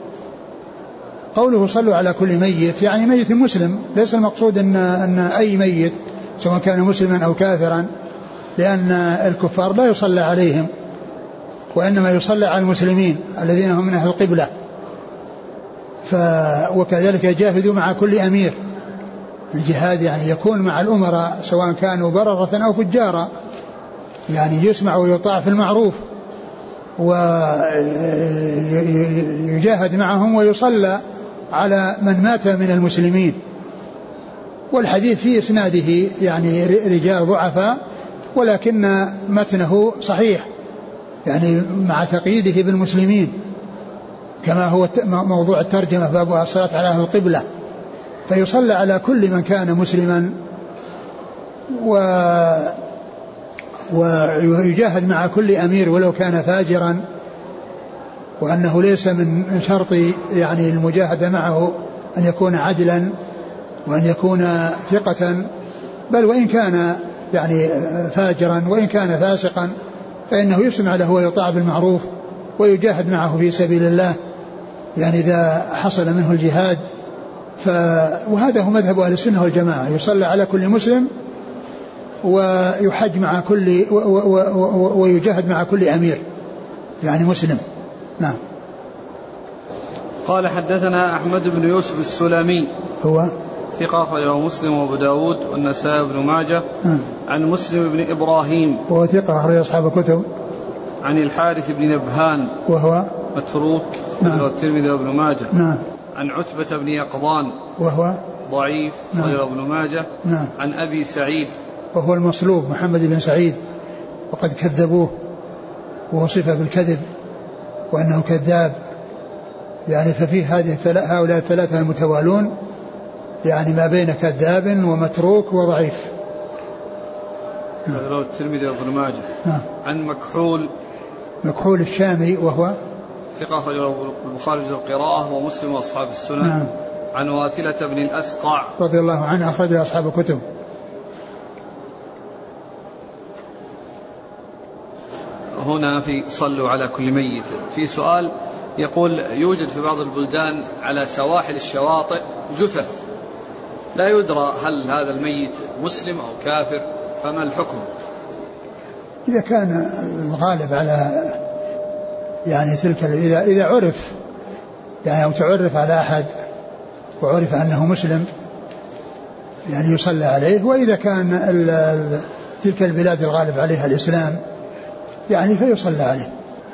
قوله صلوا على كل ميت يعني ميت مسلم، ليس المقصود أن, أن أي ميت سواء كان مسلما أو كافرا، لأن الكفار لا يصلى عليهم وإنما يصلى على المسلمين الذين هم من أهل القبلة. ف وكذلك جاهدوا مع كل أمير. الجهاد يعني يكون مع الأمراء سواء كانوا بررة أو فجارا، يعني يسمع ويطاع في المعروف ويجاهد معهم ويصلى على من مات من المسلمين. والحديث في إسناده يعني رجال ضعفاء ولكن متنه صحيح، يعني مع تقييده بالمسلمين كما هو موضوع الترجمة باب الصلاة على أهل القبلة. فيصلى على كل من كان مسلما و ويجاهد مع كل أمير ولو كان فاجرا، وأنه ليس من شرط يعني المجاهدة معه أن يكون عدلا وأن يكون ثقة، بل وإن كان يعني فاجرا وإن كان فاسقا فإنه يسمع له ويطاع بالمعروف ويجاهد معه في سبيل الله، يعني إذا حصل منه الجهاد. ف... وهذا هو مذهب أهل السنة والجماعة، يصلى على كل مسلم ويحج مع كل و... و... و... ويجاهد مع كل أمير يعني مسلم. نعم. قال حدثنا أحمد بن يوسف السلمي هو ثقة أخرجه مسلم وأبو داود والنسائي بن ماجه. نعم. عن مسلم بن إبراهيم وهو ثقة أخرج أصحاب الكتب. عن الحارث بن نبهان وهو متروك نعم. الترمذي وابن ماجه. نعم. عن عتبة بن يقظان وهو ضعيف أخرجه ابن ماجه. نعم. عن أبي سعيد وهو المصلوب محمد بن سعيد وقد كذبوه ووصف بالكذب وأنه كذاب، يعني ففيه هذه هؤلاء الثلاثة المتوالون يعني ما بين كذاب ومتروك وضعيف. هذا الترمذي وابن ماجه. نعم. عن مكحول مكحول الشامي وهو ثقة أخرجه البخاري في القراءة ومسلم وأصحاب السنن. نعم. عن واثلة بن الأسقع رضي الله عنه أخرجه أصحاب الكتب. هنا في صلوا على كل ميت في سؤال يقول يوجد في بعض البلدان على سواحل الشواطئ جثث لا يدرى هل هذا الميت مسلم أو كافر، فما الحكم؟ إذا كان الغالب على يعني تلك إذا إذا عرف يعني أو تعرف على أحد وعرف أنه مسلم يعني يصلى عليه، وإذا كان ال ال تلك البلاد الغالب عليها الإسلام يعني فيصلى عليه.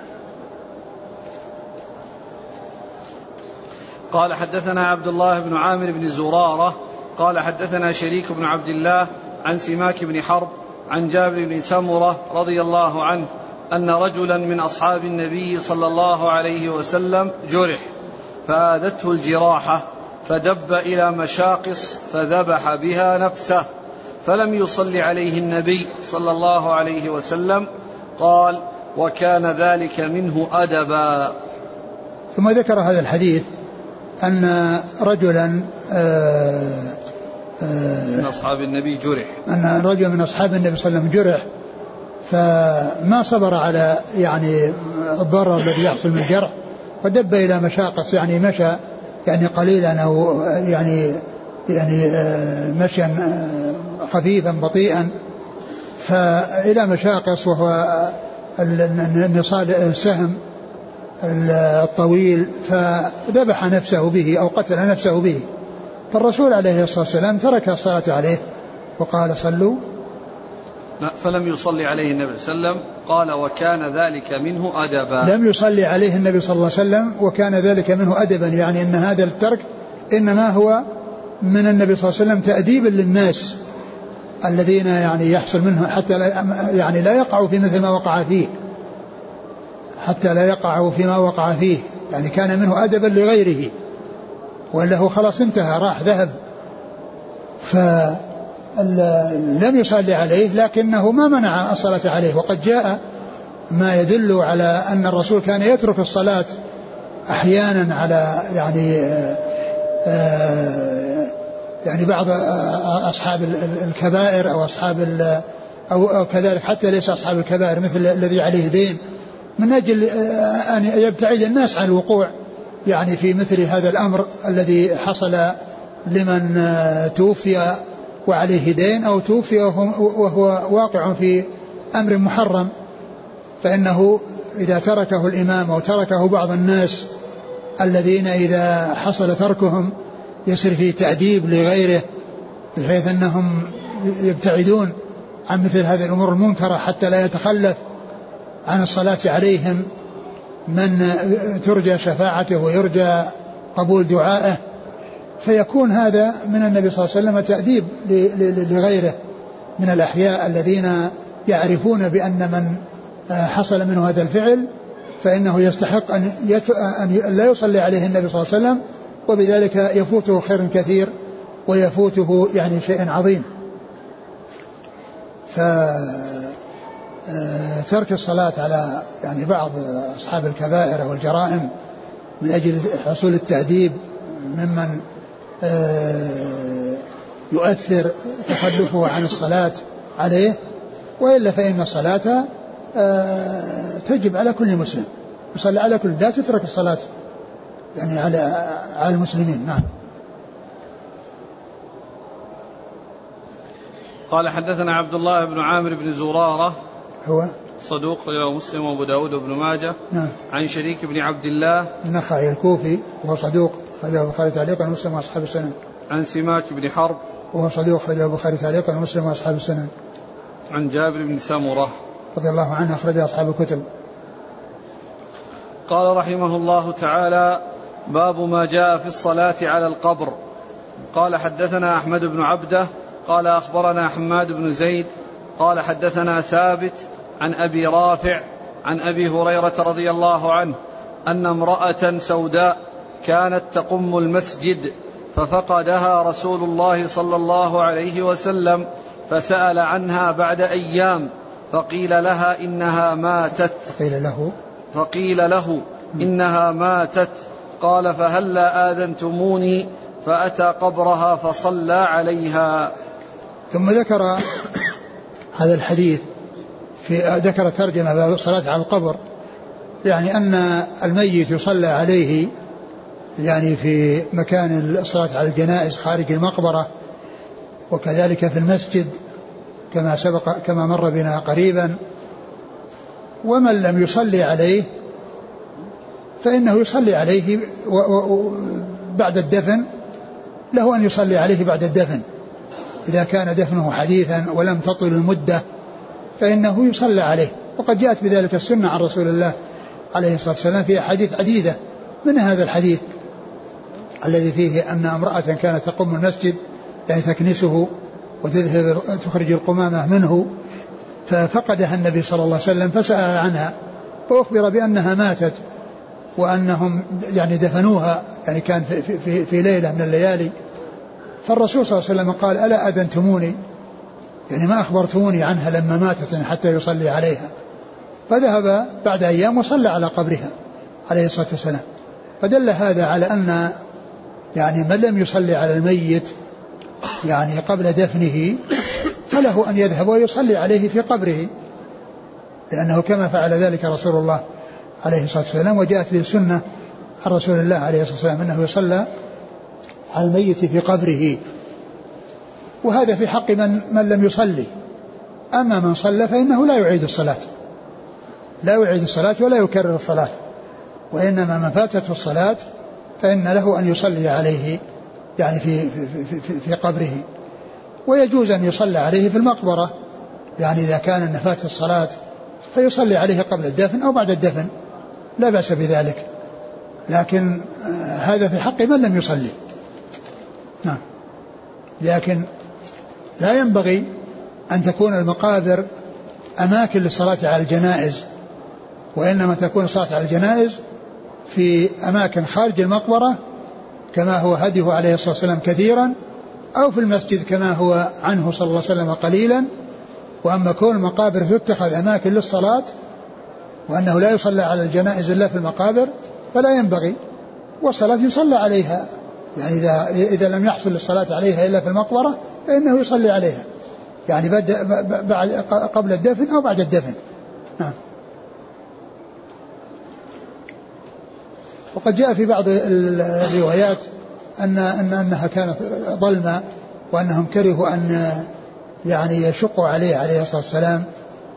قال حدثنا عبد الله بن عامر بن زرارة قال حدثنا شريك بن عبد الله عن سماك بن حرب عن جابر بن سمرة رضي الله عنه أن رجلا من أصحاب النبي صلى الله عليه وسلم جرح فآذته الجراحة فدب إلى مشاقص فذبح بها نفسه فلم يصل عليه النبي صلى الله عليه وسلم. قال وكان ذلك منه أدبا. ثم ذكر هذا الحديث أن رجلا آآ آآ من أصحاب النبي جرح أن رجل من أصحاب النبي صلى الله عليه وسلم جرح فما صبر على يعني الضرر الذي يحصل من الجرح ودب إلى مشاقص يعني مشى يعني قليلا أو يعني يعني مشيا خفيفا بطيئا فإلى مشاقص وهو النصال السهم الطويل فذبح نفسه به أو قتل نفسه به فالرسول عليه الصلاة والسلام ترك الصلاة عليه وقال صلوا. فلم يصلي عليه النبي صلى الله عليه وسلم، قال وكان ذلك منه أدبا. لم يصلي عليه النبي صلى الله عليه وسلم وكان ذلك منه أدبا، يعني أن هذا الترك إنما هو من النبي صلى الله عليه وسلم تأديبا للناس الذين يعني يحصل منه حتى لا يعني لا يقعوا في مثل ما وقع فيه، حتى لا يقعوا فيما وقع فيه، يعني كان منه أدبا لغيره، وإلا هو خلاص انتهى راح ذهب. فلم يصلي عليه لكنه ما منع الصلاة عليه، وقد جاء ما يدل على أن الرسول كان يترك الصلاة أحيانا على يعني يعني بعض أصحاب الكبائر أو أصحاب أو كذلك حتى ليس أصحاب الكبائر مثل الذي عليه دين، من أجل أن يبتعد الناس عن الوقوع يعني في مثل هذا الأمر الذي حصل لمن توفي وعليه دين أو توفي وهو واقع في أمر محرم، فإنه إذا تركه الإمام أو تركه بعض الناس الذين إذا حصل تركهم يصير فيه تأديب لغيره بحيث أنهم يبتعدون عن مثل هذه الأمور المنكرة حتى لا يتخلف عن الصلاة عليهم من ترجى شفاعته ويرجى قبول دعائه، فيكون هذا من النبي صلى الله عليه وسلم تأديب لغيره من الأحياء الذين يعرفون بأن من حصل منه هذا الفعل فإنه يستحق أن, يت... أن لا يصلي عليه النبي صلى الله عليه وسلم، وبذلك يفوته خير كثير ويفوته يعني شيء عظيم. فترك الصلاة على يعني بعض أصحاب الكبائر والجرائم من أجل حصول التأديب ممن يؤثر تخلفه عن الصلاة عليه، وإلا فإن الصلاة تجب على كل مسلم، يصلي على كل، لا تترك الصلاة يعني على على المسلمين. نعم. قال حدثنا عبد الله بن عامر بن زرارة هو صدوق رواه مسلم وابو داود وابن ماجه. نعم. عن شريك بن عبد الله النخعي الكوفي وهو صدوق أخرجه البخاري تعليقا ومسلم وأصحاب السنن. عن سماك بن حرب وهو صدوق أخرجه البخاري تعليقا ومسلم وأصحاب السنن. عن جابر بن سمرة رضي الله عنه أخرجه أصحاب الكتب. قال رحمه الله تعالى: باب ما جاء في الصلاة على القبر. قال حدثنا أحمد بن عبده قال أخبرنا حماد بن زيد قال حدثنا ثابت عن أبي رافع عن أبي هريرة رضي الله عنه أن امرأة سوداء كانت تقم المسجد ففقدها رسول الله صلى الله عليه وسلم فسأل عنها بعد أيام فقيل لها إنها ماتت فقيل له فقيل له إنها ماتت قال فهلا آذنتموني فأتى قبرها فصلى عليها. ثم ذكر هذا الحديث في ذكر ترجمة باب الصلاة على القبر، يعني أن الميت يصلى عليه يعني في مكان الصلاة على الجنائز خارج المقبرة، وكذلك في المسجد كما سبق كما مر بنا قريبا. ومن لم يصلي عليه فإنه يصلي عليه بعد الدفن، له أن يصلي عليه بعد الدفن إذا كان دفنه حديثا ولم تطل المدة فإنه يصلى عليه. وقد جاءت بذلك السنة عن رسول الله عليه الصلاة والسلام في أحاديث عديدة، من هذا الحديث الذي فيه أن امرأة كانت تقوم المسجد يعني تكنسه وتذهب تخرج القمامة منه، ففقدها النبي صلى الله عليه وسلم فسأل عنها فأخبر بأنها ماتت وأنهم يعني دفنوها، يعني كان في, في, في ليلة من الليالي. فالرسول صلى الله عليه وسلم قال: ألا أذنتموني، يعني ما أخبرتموني عنها لما ماتت حتى يصلي عليها. فذهب بعد أيام وصلى على قبرها عليه الصلاة والسلام. فدل هذا على أن يعني من لم يصلي على الميت يعني قبل دفنه فله أن يذهب ويصلي عليه في قبره، لأنه كما فعل ذلك رسول الله عليه الصلاة والسلام، وجاءت به السنة عن رسول الله عليه الصلاة والسلام أنه يصلى على الميت في قبره. وهذا في حق من, من لم يصلي. أما من صلى فإنه لا يعيد الصلاة لا يعيد الصلاة ولا يكرر الصلاة، وإنما من فاتته الصلاة فإن له أن يصلي عليه يعني في, في, في, في قبره. ويجوز أن يصلى عليه في المقبرة، يعني إذا كان نفات الصلاة فيصلي عليه قبل الدفن أو بعد الدفن، لا بأس بذلك، لكن هذا في حق من لم يصلي. نعم. لكن لا ينبغي أن تكون المقابر أماكن للصلاة على الجنائز، وإنما تكون الصلاة على الجنائز في أماكن خارج المقبرة كما هو هديه عليه الصلاة والسلام كثيرا، أو في المسجد كما هو عنه صلى الله عليه وسلم قليلا. وأما كون المقابر تتخذ أماكن للصلاة وأنه لا يصلى على الجنائز إلا في المقابر فلا ينبغي، والصلاة يصلى عليها، يعني إذا, إذا لم يحصل الصلاة عليها إلا في المقبرة فإنه يصلي عليها، يعني بعد قبل الدفن أو بعد الدفن. نعم. وقد جاء في بعض الروايات أن أن أنها كانت ظلمة، وأنهم كرهوا أن يعني يشقوا عليه عليه الصلاة والسلام،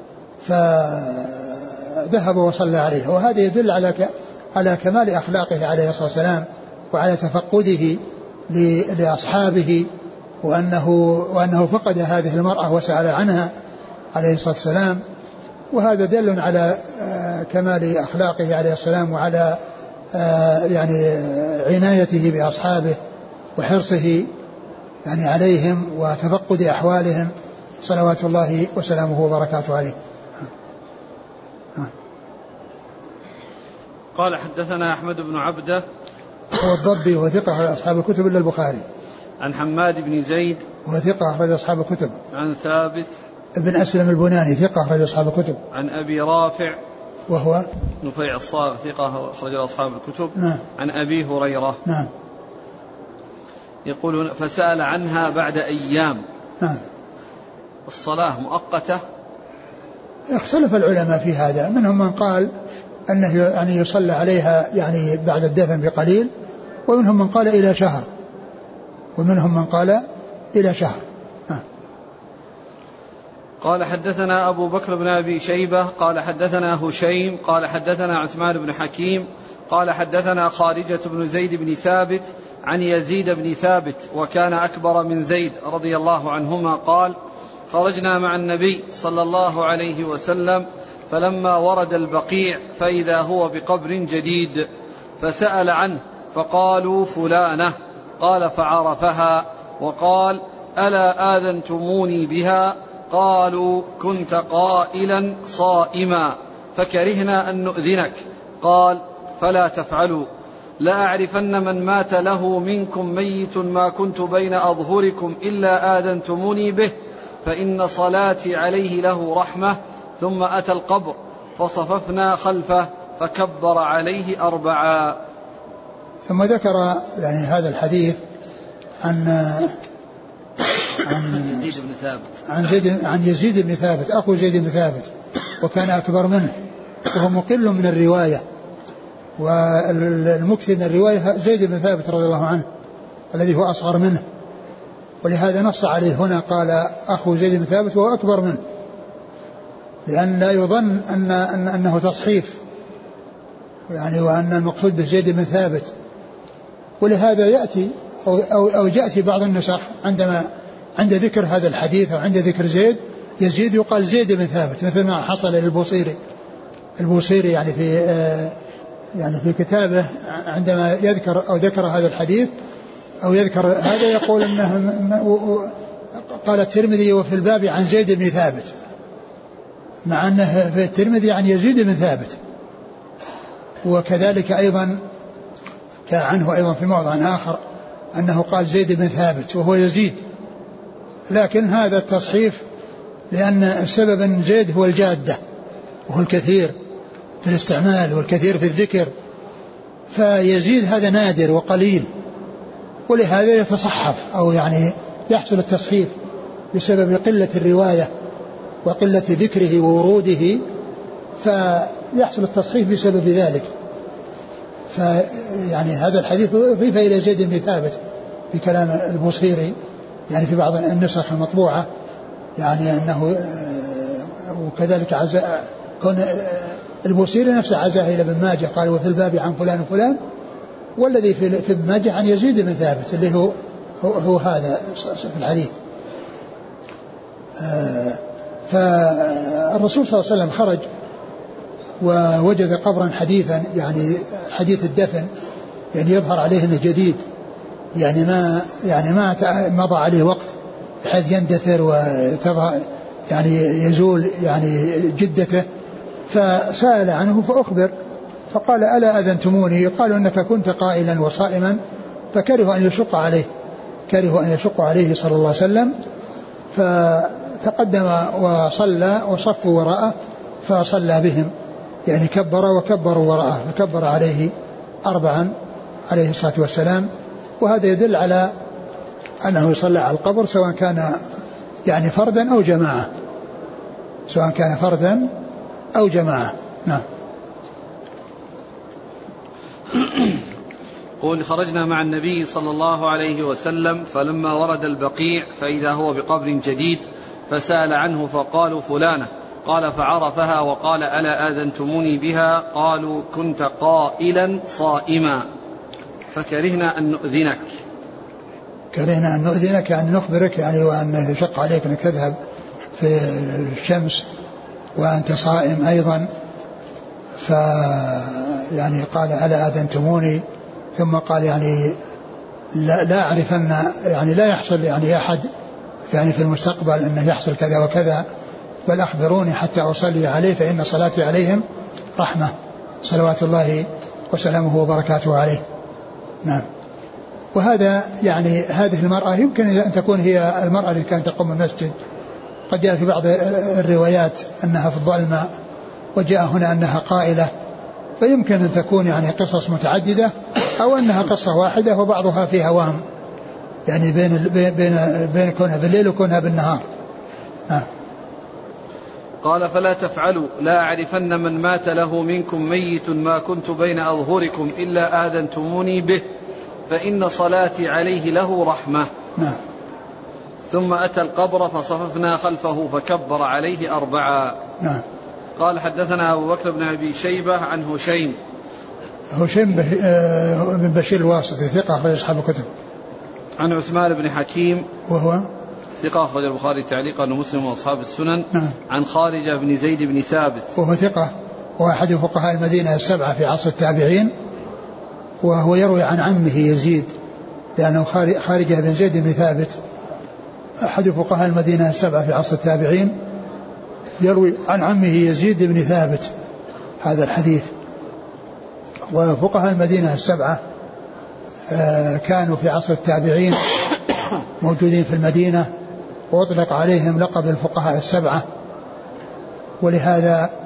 فذهب وصلى عليه. وهذا يدل على على كمال أخلاقه عليه الصلاة والسلام، وعلى تفقده لأصحابه، وأنه وأنه فقد هذه المرأة وسأل عنها عليه الصلاة والسلام. وهذا دل على كمال أخلاقه عليه السلام، وعلى يعني عنايته بأصحابه وحرصه يعني عليهم وتفقد أحوالهم صلوات الله وسلامه وبركاته عليه. قال حدثنا أحمد بن عبده هو الضبي وثقة أخرج أصحاب الكتب إلا البخاري. عن حماد بن زيد وثقة أخرج أصحاب الكتب. عن ثابت ابن أسلم البناني ثقة أخرج أصحاب الكتب. عن أبي رافع وهو نفيع الصاغ ثقة أخرج أصحاب الكتب. نعم. عن أبي هريرة. نعم. يقول فسأل عنها بعد أيام. نعم. الصلاة مؤقتة؟ اختلف العلماء في هذا، منهم من قال أنه يعني يصلى عليها يعني بعد الدفن بقليل، ومنهم من قال إلى شهر، ومنهم من قال إلى شهر. ها. قال حدثنا أبو بكر بن أبي شيبة قال حدثنا هشيم قال حدثنا عثمان بن حكيم قال حدثنا خارجة بن زيد بن ثابت عن يزيد بن ثابت وكان أكبر من زيد رضي الله عنهما قال خرجنا مع النبي صلى الله عليه وسلم فلما ورد البقيع فإذا هو بقبر جديد فسأل عنه فقالوا فلانة، قال فعرفها وقال ألا آذنتموني بها؟ قالوا كنت قائلا صائما فكرهنا أن نؤذنك. قال فلا تفعلوا، لأعرفن من مات له منكم ميت ما كنت بين أظهركم إلا آذنتموني به، فإن صلاتي عليه له رحمة. ثم أتى القبر فصففنا خلفه فكبر عليه أربعا. ثم ذكر يعني هذا الحديث عن عن يزيد بن ثابت عن, زيد عن يزيد بن ثابت أخو زيد بن ثابت وكان أكبر منه، وهو مقل من الرواية، والمكثر من الرواية زيد بن ثابت رضي الله عنه الذي هو أصغر منه، ولهذا نص عليه هنا قال أخو زيد بن ثابت وهو أكبر منه، لأن لا يظن أن أن أنه تصحيف يعني، وأن المقصود بزيد بن ثابت. ولهذا يأتي أو, أو, أو يأتي بعض النسخ عندما عند ذكر هذا الحديث أو عند ذكر زيد يزيد يقال زيد بن ثابت، مثل ما حصل للبوصيري البوصيري يعني في آه يعني في كتابه عندما يذكر أو ذكر هذا الحديث أو يذكر هذا يقول أنه قال الترمذي وفي الباب عن زيد بن ثابت، مع أنه في الترمذي عن يزيد بن ثابت. وكذلك أيضا عنه أيضا في موضع آخر أنه قال زيد بن ثابت وهو يزيد، لكن هذا التصحيف لأن السبب أن زيد هو الجادة وهو الكثير في الاستعمال والكثير في الذكر، فيزيد هذا نادر وقليل، ولهذا يتصحف أو يعني يحصل التصحيف بسبب قلة الرواية وقلة ذكره ووروده، فيحصل التصحيف بسبب ذلك. فيعني هذا الحديث أضيف إلى زيد بن ثابت في كلام البوصيري يعني في بعض النسخ المطبوعة، يعني أنه وكذلك عزاء كون البوصيري نفسه عزاه إلى ابن ماجه قال وفي الباب عن فلان وفلان، والذي في ابن ماجه عن يزيد بن ثابت اللي هو هو, هو هذا في الحديث. فالرسول صلى الله عليه وسلم خرج ووجد قبرا حديثا يعني حديث الدفن يعني يظهر عليه انه جديد يعني ما يعني ما مضى عليه وقت بحيث يندثر وتظهر يعني يزول يعني جدته. فسأل عنه فأخبر فقال ألا أذنتموني؟ قالوا أنك كنت قائلا وصائما فكرهوا أن يشق عليه كرهوا أن يشق عليه صلى الله عليه وسلم. فتقدم وصلى وصفوا وراءه فصلى بهم يعني كبر وكبروا وراءه فكبر عليه أربعا عليه الصلاة والسلام. وهذا يدل على أنه يصلى على القبر سواء كان يعني فردا أو جماعة سواء كان فردا أو جماعة. نعم. قل خرجنا مع النبي صلى الله عليه وسلم فلما ورد البقيع فإذا هو بقبر جديد فسأل عنه فقالوا فلانة قال فعرفها وقال ألا آذنتموني بها؟ قالوا كنت قائلا صائما فكرهنا أن نؤذنك. كرهنا أن نؤذنك يعني نخبرك يعني وأن يشق عليك أنك تذهب في الشمس وأنت صائم أيضا. ف يعني قال ألا آذنتموني ثم قال يعني لا, لا أعرف أن يعني لا يحصل يعني أحد يعني في المستقبل أنه يحصل كذا وكذا بل أخبروني حتى أصلي عليه فإن صلاتي عليهم رحمة صلوات الله وسلامه وبركاته عليه. نعم. وهذا يعني هذه المرأة يمكن أن تكون هي المرأة التي كانت تقوم المسجد. قد جاء في بعض الروايات أنها في الظلمة وجاء هنا أنها قائلة فيمكن أن تكون يعني قصص متعددة أو أنها قصة واحدة وبعضها في هوام يعني بين بين بين كونها بالليل وكونها بالنهار. آه. قال فلا تفعلوا لا أعرفن من مات له منكم ميت ما كنت بين أظهركم إلا آذنتموني به فإن صلاتي عليه له رحمة. نعم. ثم أتى القبر فصففنا خلفه فكبر عليه أربعا. نعم. قال حدثنا أبو بكر بن أبي شيبة عن هشيم هشيم بن بشير الواسطي ثقة أخرج أصحاب الكتب. عن عثمان بن حكيم وهو ثقة أخرج البخاري تعليقا ومسلم وأصحاب السنن. نعم. عن خارجة بن زيد بن ثابت وهو ثقة وأحد فقهاء المدينة السبعة في عصر التابعين وهو يروي عن عمه يزيد لأنه خارجة بن زيد بن ثابت أحد فقهاء المدينة السبعة في عصر التابعين يروي عن عمه يزيد بن ثابت هذا الحديث. وفقهاء المدينة السبعة كانوا في عصر التابعين موجودين في المدينة وأطلق عليهم لقب الفقهاء السبعة ولهذا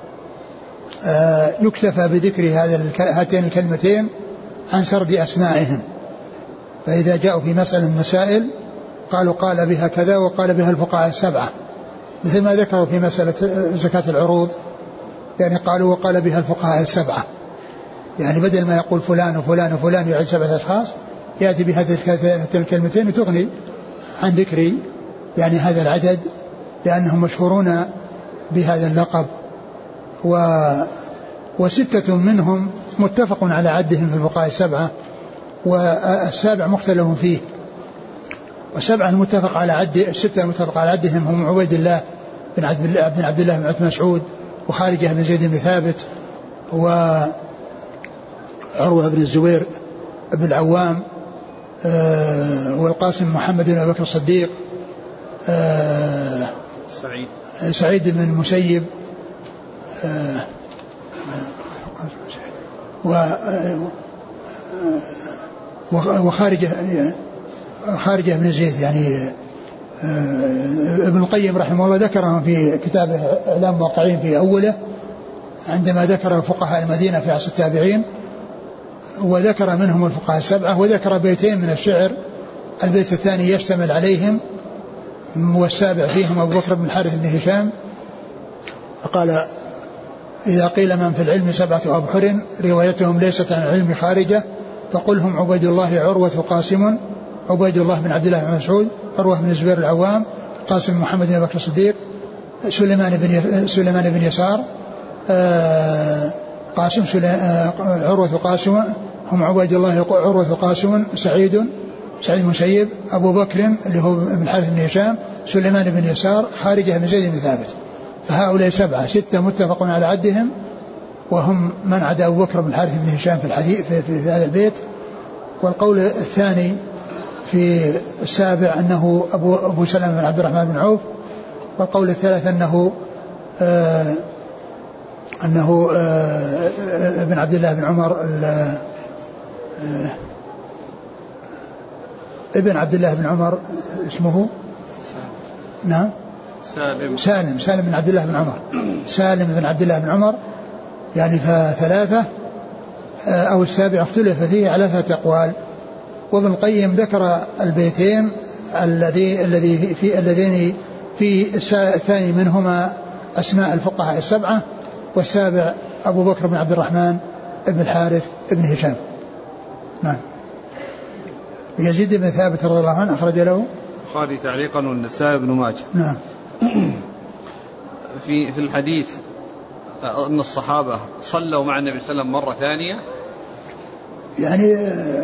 يكتفى بذكر هاتين الكلمتين عن سرد أسمائهم. فإذا جاءوا في مسألة مسائل قالوا قال بها كذا وقال بها الفقهاء السبعة مثل ما ذكروا في مسألة زكاة العروض يعني قالوا وقال بها الفقهاء السبعة يعني بدل ما يقول فلان وفلان وفلان يعد سبعة أشخاص يأتي بهذه الكلمتين وتغني عن ذكر يعني هذا العدد لأنهم مشهورون بهذا اللقب. و وستة منهم متفق على عدهم في الفقهاء السبعة والسابع مختلف فيه. والسبعة المتفق على عد الستة المتفق على عدهم هم عبيد الله بن عبد الله بن عبد الله بن عثمان مسعود وخارجة بن زيد بن ثابت وعروة بن الزبير بن العوام آه والقاسم محمد بن أبي بكر الصديق آه سعيد سعيد بن المسيب آه وخارجة خارجة بن زيد يعني ابن القيم رحمه الله ذكرهم في كتابه إعلام الموقعين في أوله عندما ذكر فقهاء المدينة في عصر التابعين وذكر منهم الفقهاء السبعة وذكر بيتين من الشعر البيت الثاني يشتمل عليهم والسابع فيهم أبو بكر بن الحارث بن هشام فقال إذا قيل من في العلم سبعة أبحر روايتهم ليست عن العلم خارجة فقل هم عبيد الله عروة قاسم عبيد الله بن عبد الله بن مسعود عروة بن الزبير العوام قاسم محمد بن بكر الصديق سليمان بن سليمان بن يسار قاسم عروة قاسم هم عبيد الله عروة قاسم سعيد سعيد المسيب أبو بكر اللي هو ابن الحارث بن هشام سليمان بن يسار خارجة بن زيد بن ثابت. فهؤلاء سبعة ستة متفق على عدهم، وهم من عدا أبو بكر بن الحارث بن هشام في الحديث في, في, في هذا البيت. والقول الثاني في السابع أنه أبو, أبو سلمة بن عبد الرحمن بن عوف. والقول الثالث أنه آه أنه آه ابن عبد الله بن عمر آه ابن عبد الله بن عمر اسمه نعم سالم سالم سالم بن عبد الله بن عمر سالم بن عبد الله بن عمر يعني فثلاثة أو السابع اختلف فيه على ثلاثة أقوال. وابن القيم ذكر البيتين الذي الذي في اللذين في الثاني منهما أسماء الفقهاء السبعة، والسابع أبو بكر بن عبد الرحمن ابن الحارث ابن هشام. نعم. يزيد بن ثابت رضي الله عنه أخرج له البخاري تعليقا والنسائي بن ماجه. نعم. في في الحديث أن الصحابة صلوا مع النبي صلى الله عليه وسلم مرة ثانية، يعني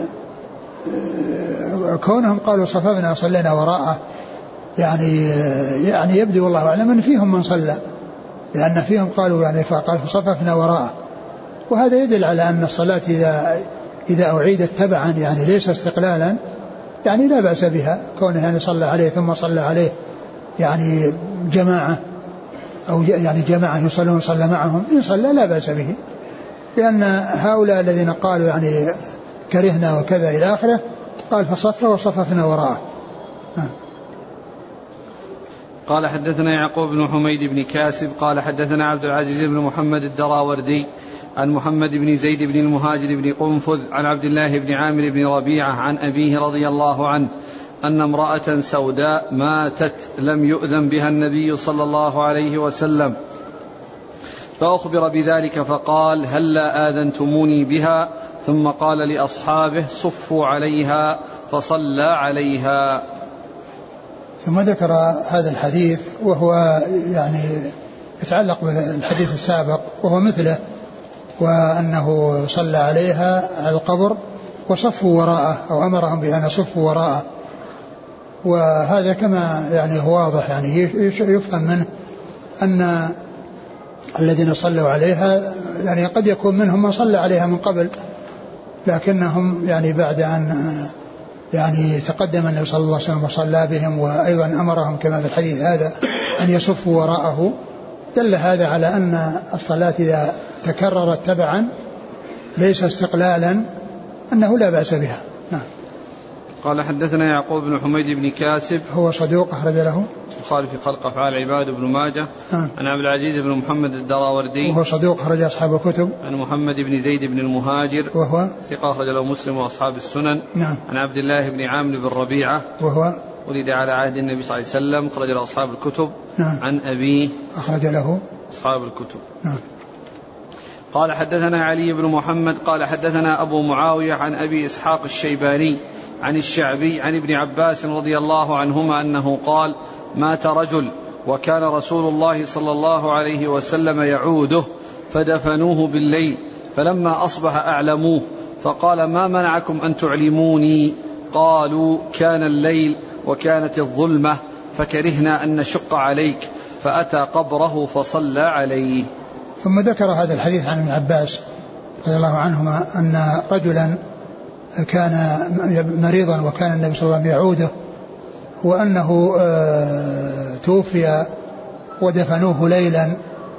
كونهم قالوا صففنا صلينا وراءه يعني يعني يبدو والله أعلم أن فيهم من صلى، لأن فيهم قالوا يعني فقال صففنا وراءه، وهذا يدل على أن الصلاة إذا إذا أعيدت تبعا يعني ليس استقلالا يعني لا بأس بها، كونه يعني صلى عليه ثم صلى عليه يعني جماعة أو يعني جماعة يصلون صلى معهم، إن صلى لا بأس به، لأن هؤلاء الذين قالوا يعني كرهنا وكذا إلى آخره قال فصف وصففنا وراءه. قال حدثنا يعقوب بن حميد بن كاسب قال حدثنا عبد العزيز بن محمد الدراوردي عن محمد بن زيد بن المهاجر بن قنفذ عن عبد الله بن عامر بن ربيعة عن أبيه رضي الله عنه أن امرأة سوداء ماتت لم يؤذن بها النبي صلى الله عليه وسلم، فأخبر بذلك فقال هلا آذنتموني بها، ثم قال لأصحابه صفوا عليها فصلى عليها. ثم ذكر هذا الحديث وهو يعني يتعلق بالحديث السابق وهو مثله، وأنه صلى عليها على القبر وصفوا وراءه أو أمرهم بأن يصفوا وراءه، وهذا كما يعني هو واضح يعني يفهم منه أن الذين صلوا عليها يعني قد يكون منهم من صلى عليها من قبل، لكنهم يعني بعد أن يعني تقدم النبي صلى الله عليه وسلم وصلى بهم وأيضا أمرهم كما في الحديث هذا أن يصفوا وراءه، دل هذا على أن الصلاة إذا تكررت تبعا ليس استقلالا أنه لا بأس بها. نعم. قال حدثنا يعقوب بن حميد بن كاسب هو صدوق أخرج له البخاري في خلق أفعال العباد بن ماجه. نعم. عن عبد العزيز بن محمد الدراوردي وهو صدوق أخرج أصحاب الكتب. عن محمد بن زيد بن المهاجر وهو ثقة أخرج له مسلم وأصحاب السنن. نعم. عن عبد الله بن عامر بن ربيعة وهو ولد على عهد النبي صلى الله عليه وسلم أخرج له أصحاب الكتب. نعم. عن أبيه أخرج له أصحاب الكتب. نعم. قال حدثنا علي بن محمد قال حدثنا أبو معاوية عن أبي إسحاق الشيباني عن الشعبي عن ابن عباس رضي الله عنهما أنه قال مات رجل وكان رسول الله صلى الله عليه وسلم يعوده فدفنوه بالليل، فلما أصبح أعلموه فقال ما منعكم أن تعلموني؟ قالوا كان الليل وكانت الظلمة فكرهنا أن نشق عليك، فأتى قبره فصلى عليه. ثم ذكر هذا الحديث عن ابن عباس رضي الله عنهما أن رجلا كان مريضا وكان النبي صلى الله عليه وسلم يعوده، وأنه توفي ودفنوه ليلا،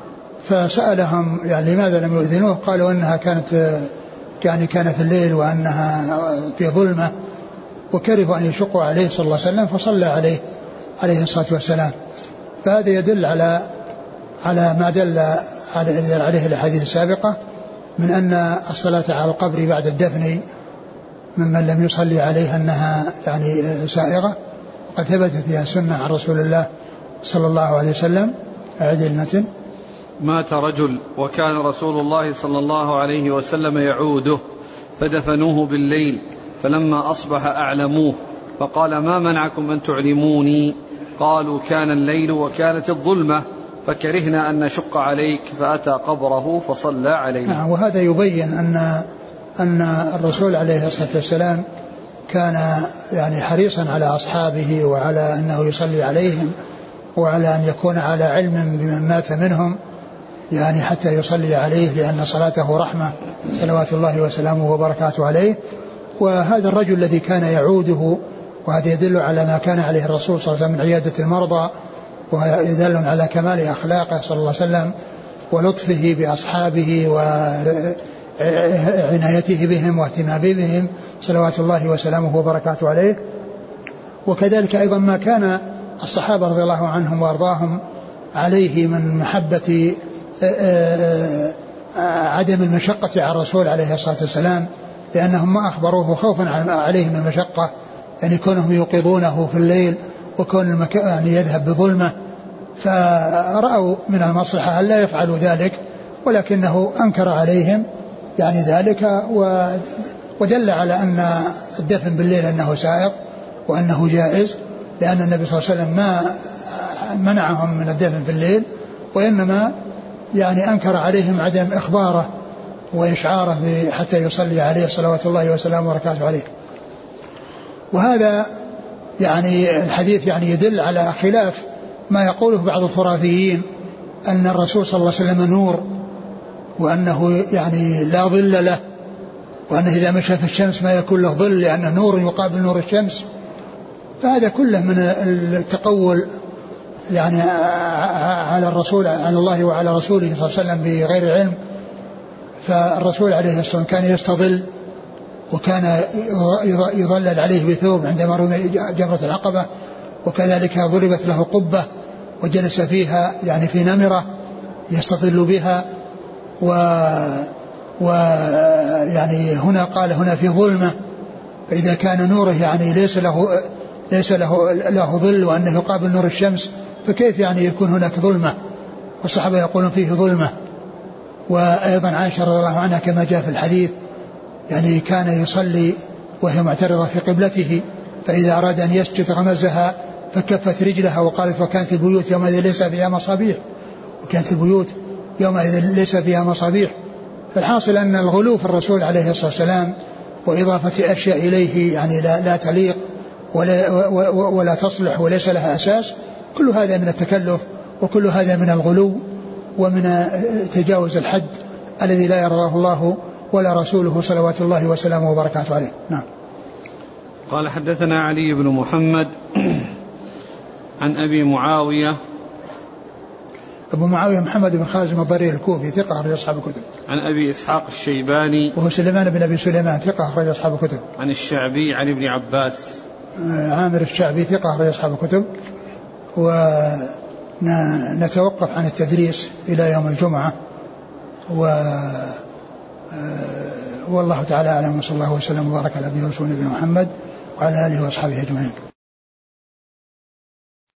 فسألهم يعني لماذا لم يؤذنوه؟ قالوا أنها كانت يعني كان في الليل وأنها في ظلمة وكرهوا أن يشقوا عليه صلى الله عليه وسلم فصلى عليه عليه الصلاة والسلام. فهذا يدل على على ما دل عليه الأحاديث السابقة من أن الصلاة على القبر بعد الدفن ممن لم يصلي عليه أنها يعني سائغة، وقد ثبتت فيها سنة عن رسول الله صلى الله عليه وسلم. أعد المتن. مات رجل وكان رسول الله صلى الله عليه وسلم يعوده فدفنوه بالليل، فلما أصبح أعلموه فقال ما منعكم أن تعلموني؟ قالوا كان الليل وكانت الظلمة فكرهنا أن نشق عليك، فأتى قبره فصلى عليه. نعم. وهذا يبين أن أن الرسول عليه الصلاة والسلام كان يعني حريصا على أصحابه وعلى أنه يصلي عليهم وعلى أن يكون على علم بمن مات منهم يعني حتى يصلي عليه لأن صلاته رحمة صلوات الله وسلامه وبركاته عليه. وهذا الرجل الذي كان يعوده وهذا يدل على ما كان عليه الرسول صلى الله عليه وسلم من عيادة المرضى ويدل على كمال أخلاقه صلى الله عليه وسلم ولطفه بأصحابه وعنايته بهم واهتمامه بهم صلوات الله وسلامه وبركاته عليه. وكذلك أيضا ما كان الصحابة رضي الله عنهم وأرضاهم عليه من محبة عدم المشقة على الرسول عليه الصلاة والسلام لأنهم ما أخبروه خوفا عليهم المشقة يعني كونهم يوقظونه في الليل وكون المكان يعني يذهب بظلمة فرأوا من المصلحة أن لا يفعلوا ذلك ولكنه أنكر عليهم يعني ذلك ودل على أن الدفن بالليل أنه سائغ وأنه جائز لأن النبي صلى الله عليه وسلم ما منعهم من الدفن في الليل وإنما يعني أنكر عليهم عدم إخباره وإشعاره حتى يصلي عليه صلوات الله وسلامه وبركاته عليه. وهذا يعني الحديث يعني يدل على خلاف ما يقوله بعض الخرافيين أن الرسول صلى الله عليه وسلم نور وأنه يعني لا ظل له وأنه إذا مشى في الشمس ما يكون له ظل لأنه نور يقابل نور الشمس. فهذا كله من التقول يعني على الرسول على الله وعلى رسوله صلى الله عليه وسلم بغير علم. فالرسول عليه الصلاة والسلام كان يستظل وكان يظلل عليه بثوب عندما رمي جمرة العقبة وكذلك ضربت له قبة وجلس فيها يعني في نمرة يستظل بها و ويعني هنا قال هنا في ظلمة فإذا كان نوره يعني ليس له ليس له له ظل وأنه يقابل نور الشمس فكيف يعني يكون هناك ظلمة والصحابة يقولون فيه ظلمة. وأيضا عائشة رضي الله عنها كما جاء في الحديث يعني كان يصلي وهي معترضة في قبلته فإذا أراد أن يسجد غمزها فكفت رجلها وقالت وكانت البيوت يومئذ ليس فيها مصابيح وكانت البيوت يومئذ ليس فيها مصابيح. فالحاصل أن الغلو في الرسول عليه الصلاة والسلام وإضافة أشياء إليه يعني لا, لا تليق ولا, ولا تصلح وليس لها أساس كل هذا من التكلف وكل هذا من الغلو ومن تجاوز الحد الذي لا يرضاه الله ولا رسوله صلوات الله وسلامه وبركاته عليه. نعم. قال حدثنا علي بن محمد عن أبي معاوية أبو معاوية محمد بن خازم الضرير الكوفي ثقة أخرج أصحاب الكتب. عن أبي إسحاق الشيباني وهو سليمان بن أبي سليمان ثقة أخرج أصحاب الكتب. عن الشعبي عن ابن عباس عامر الشعبي ثقة أخرج أصحاب الكتب. ونتوقف عن التدريس إلى يوم الجمعة و والله تعالى أعلم وصلى الله وسلم وبارك على عبده ورسوله نبينا محمد وعلى آله وأصحابه أجمعين.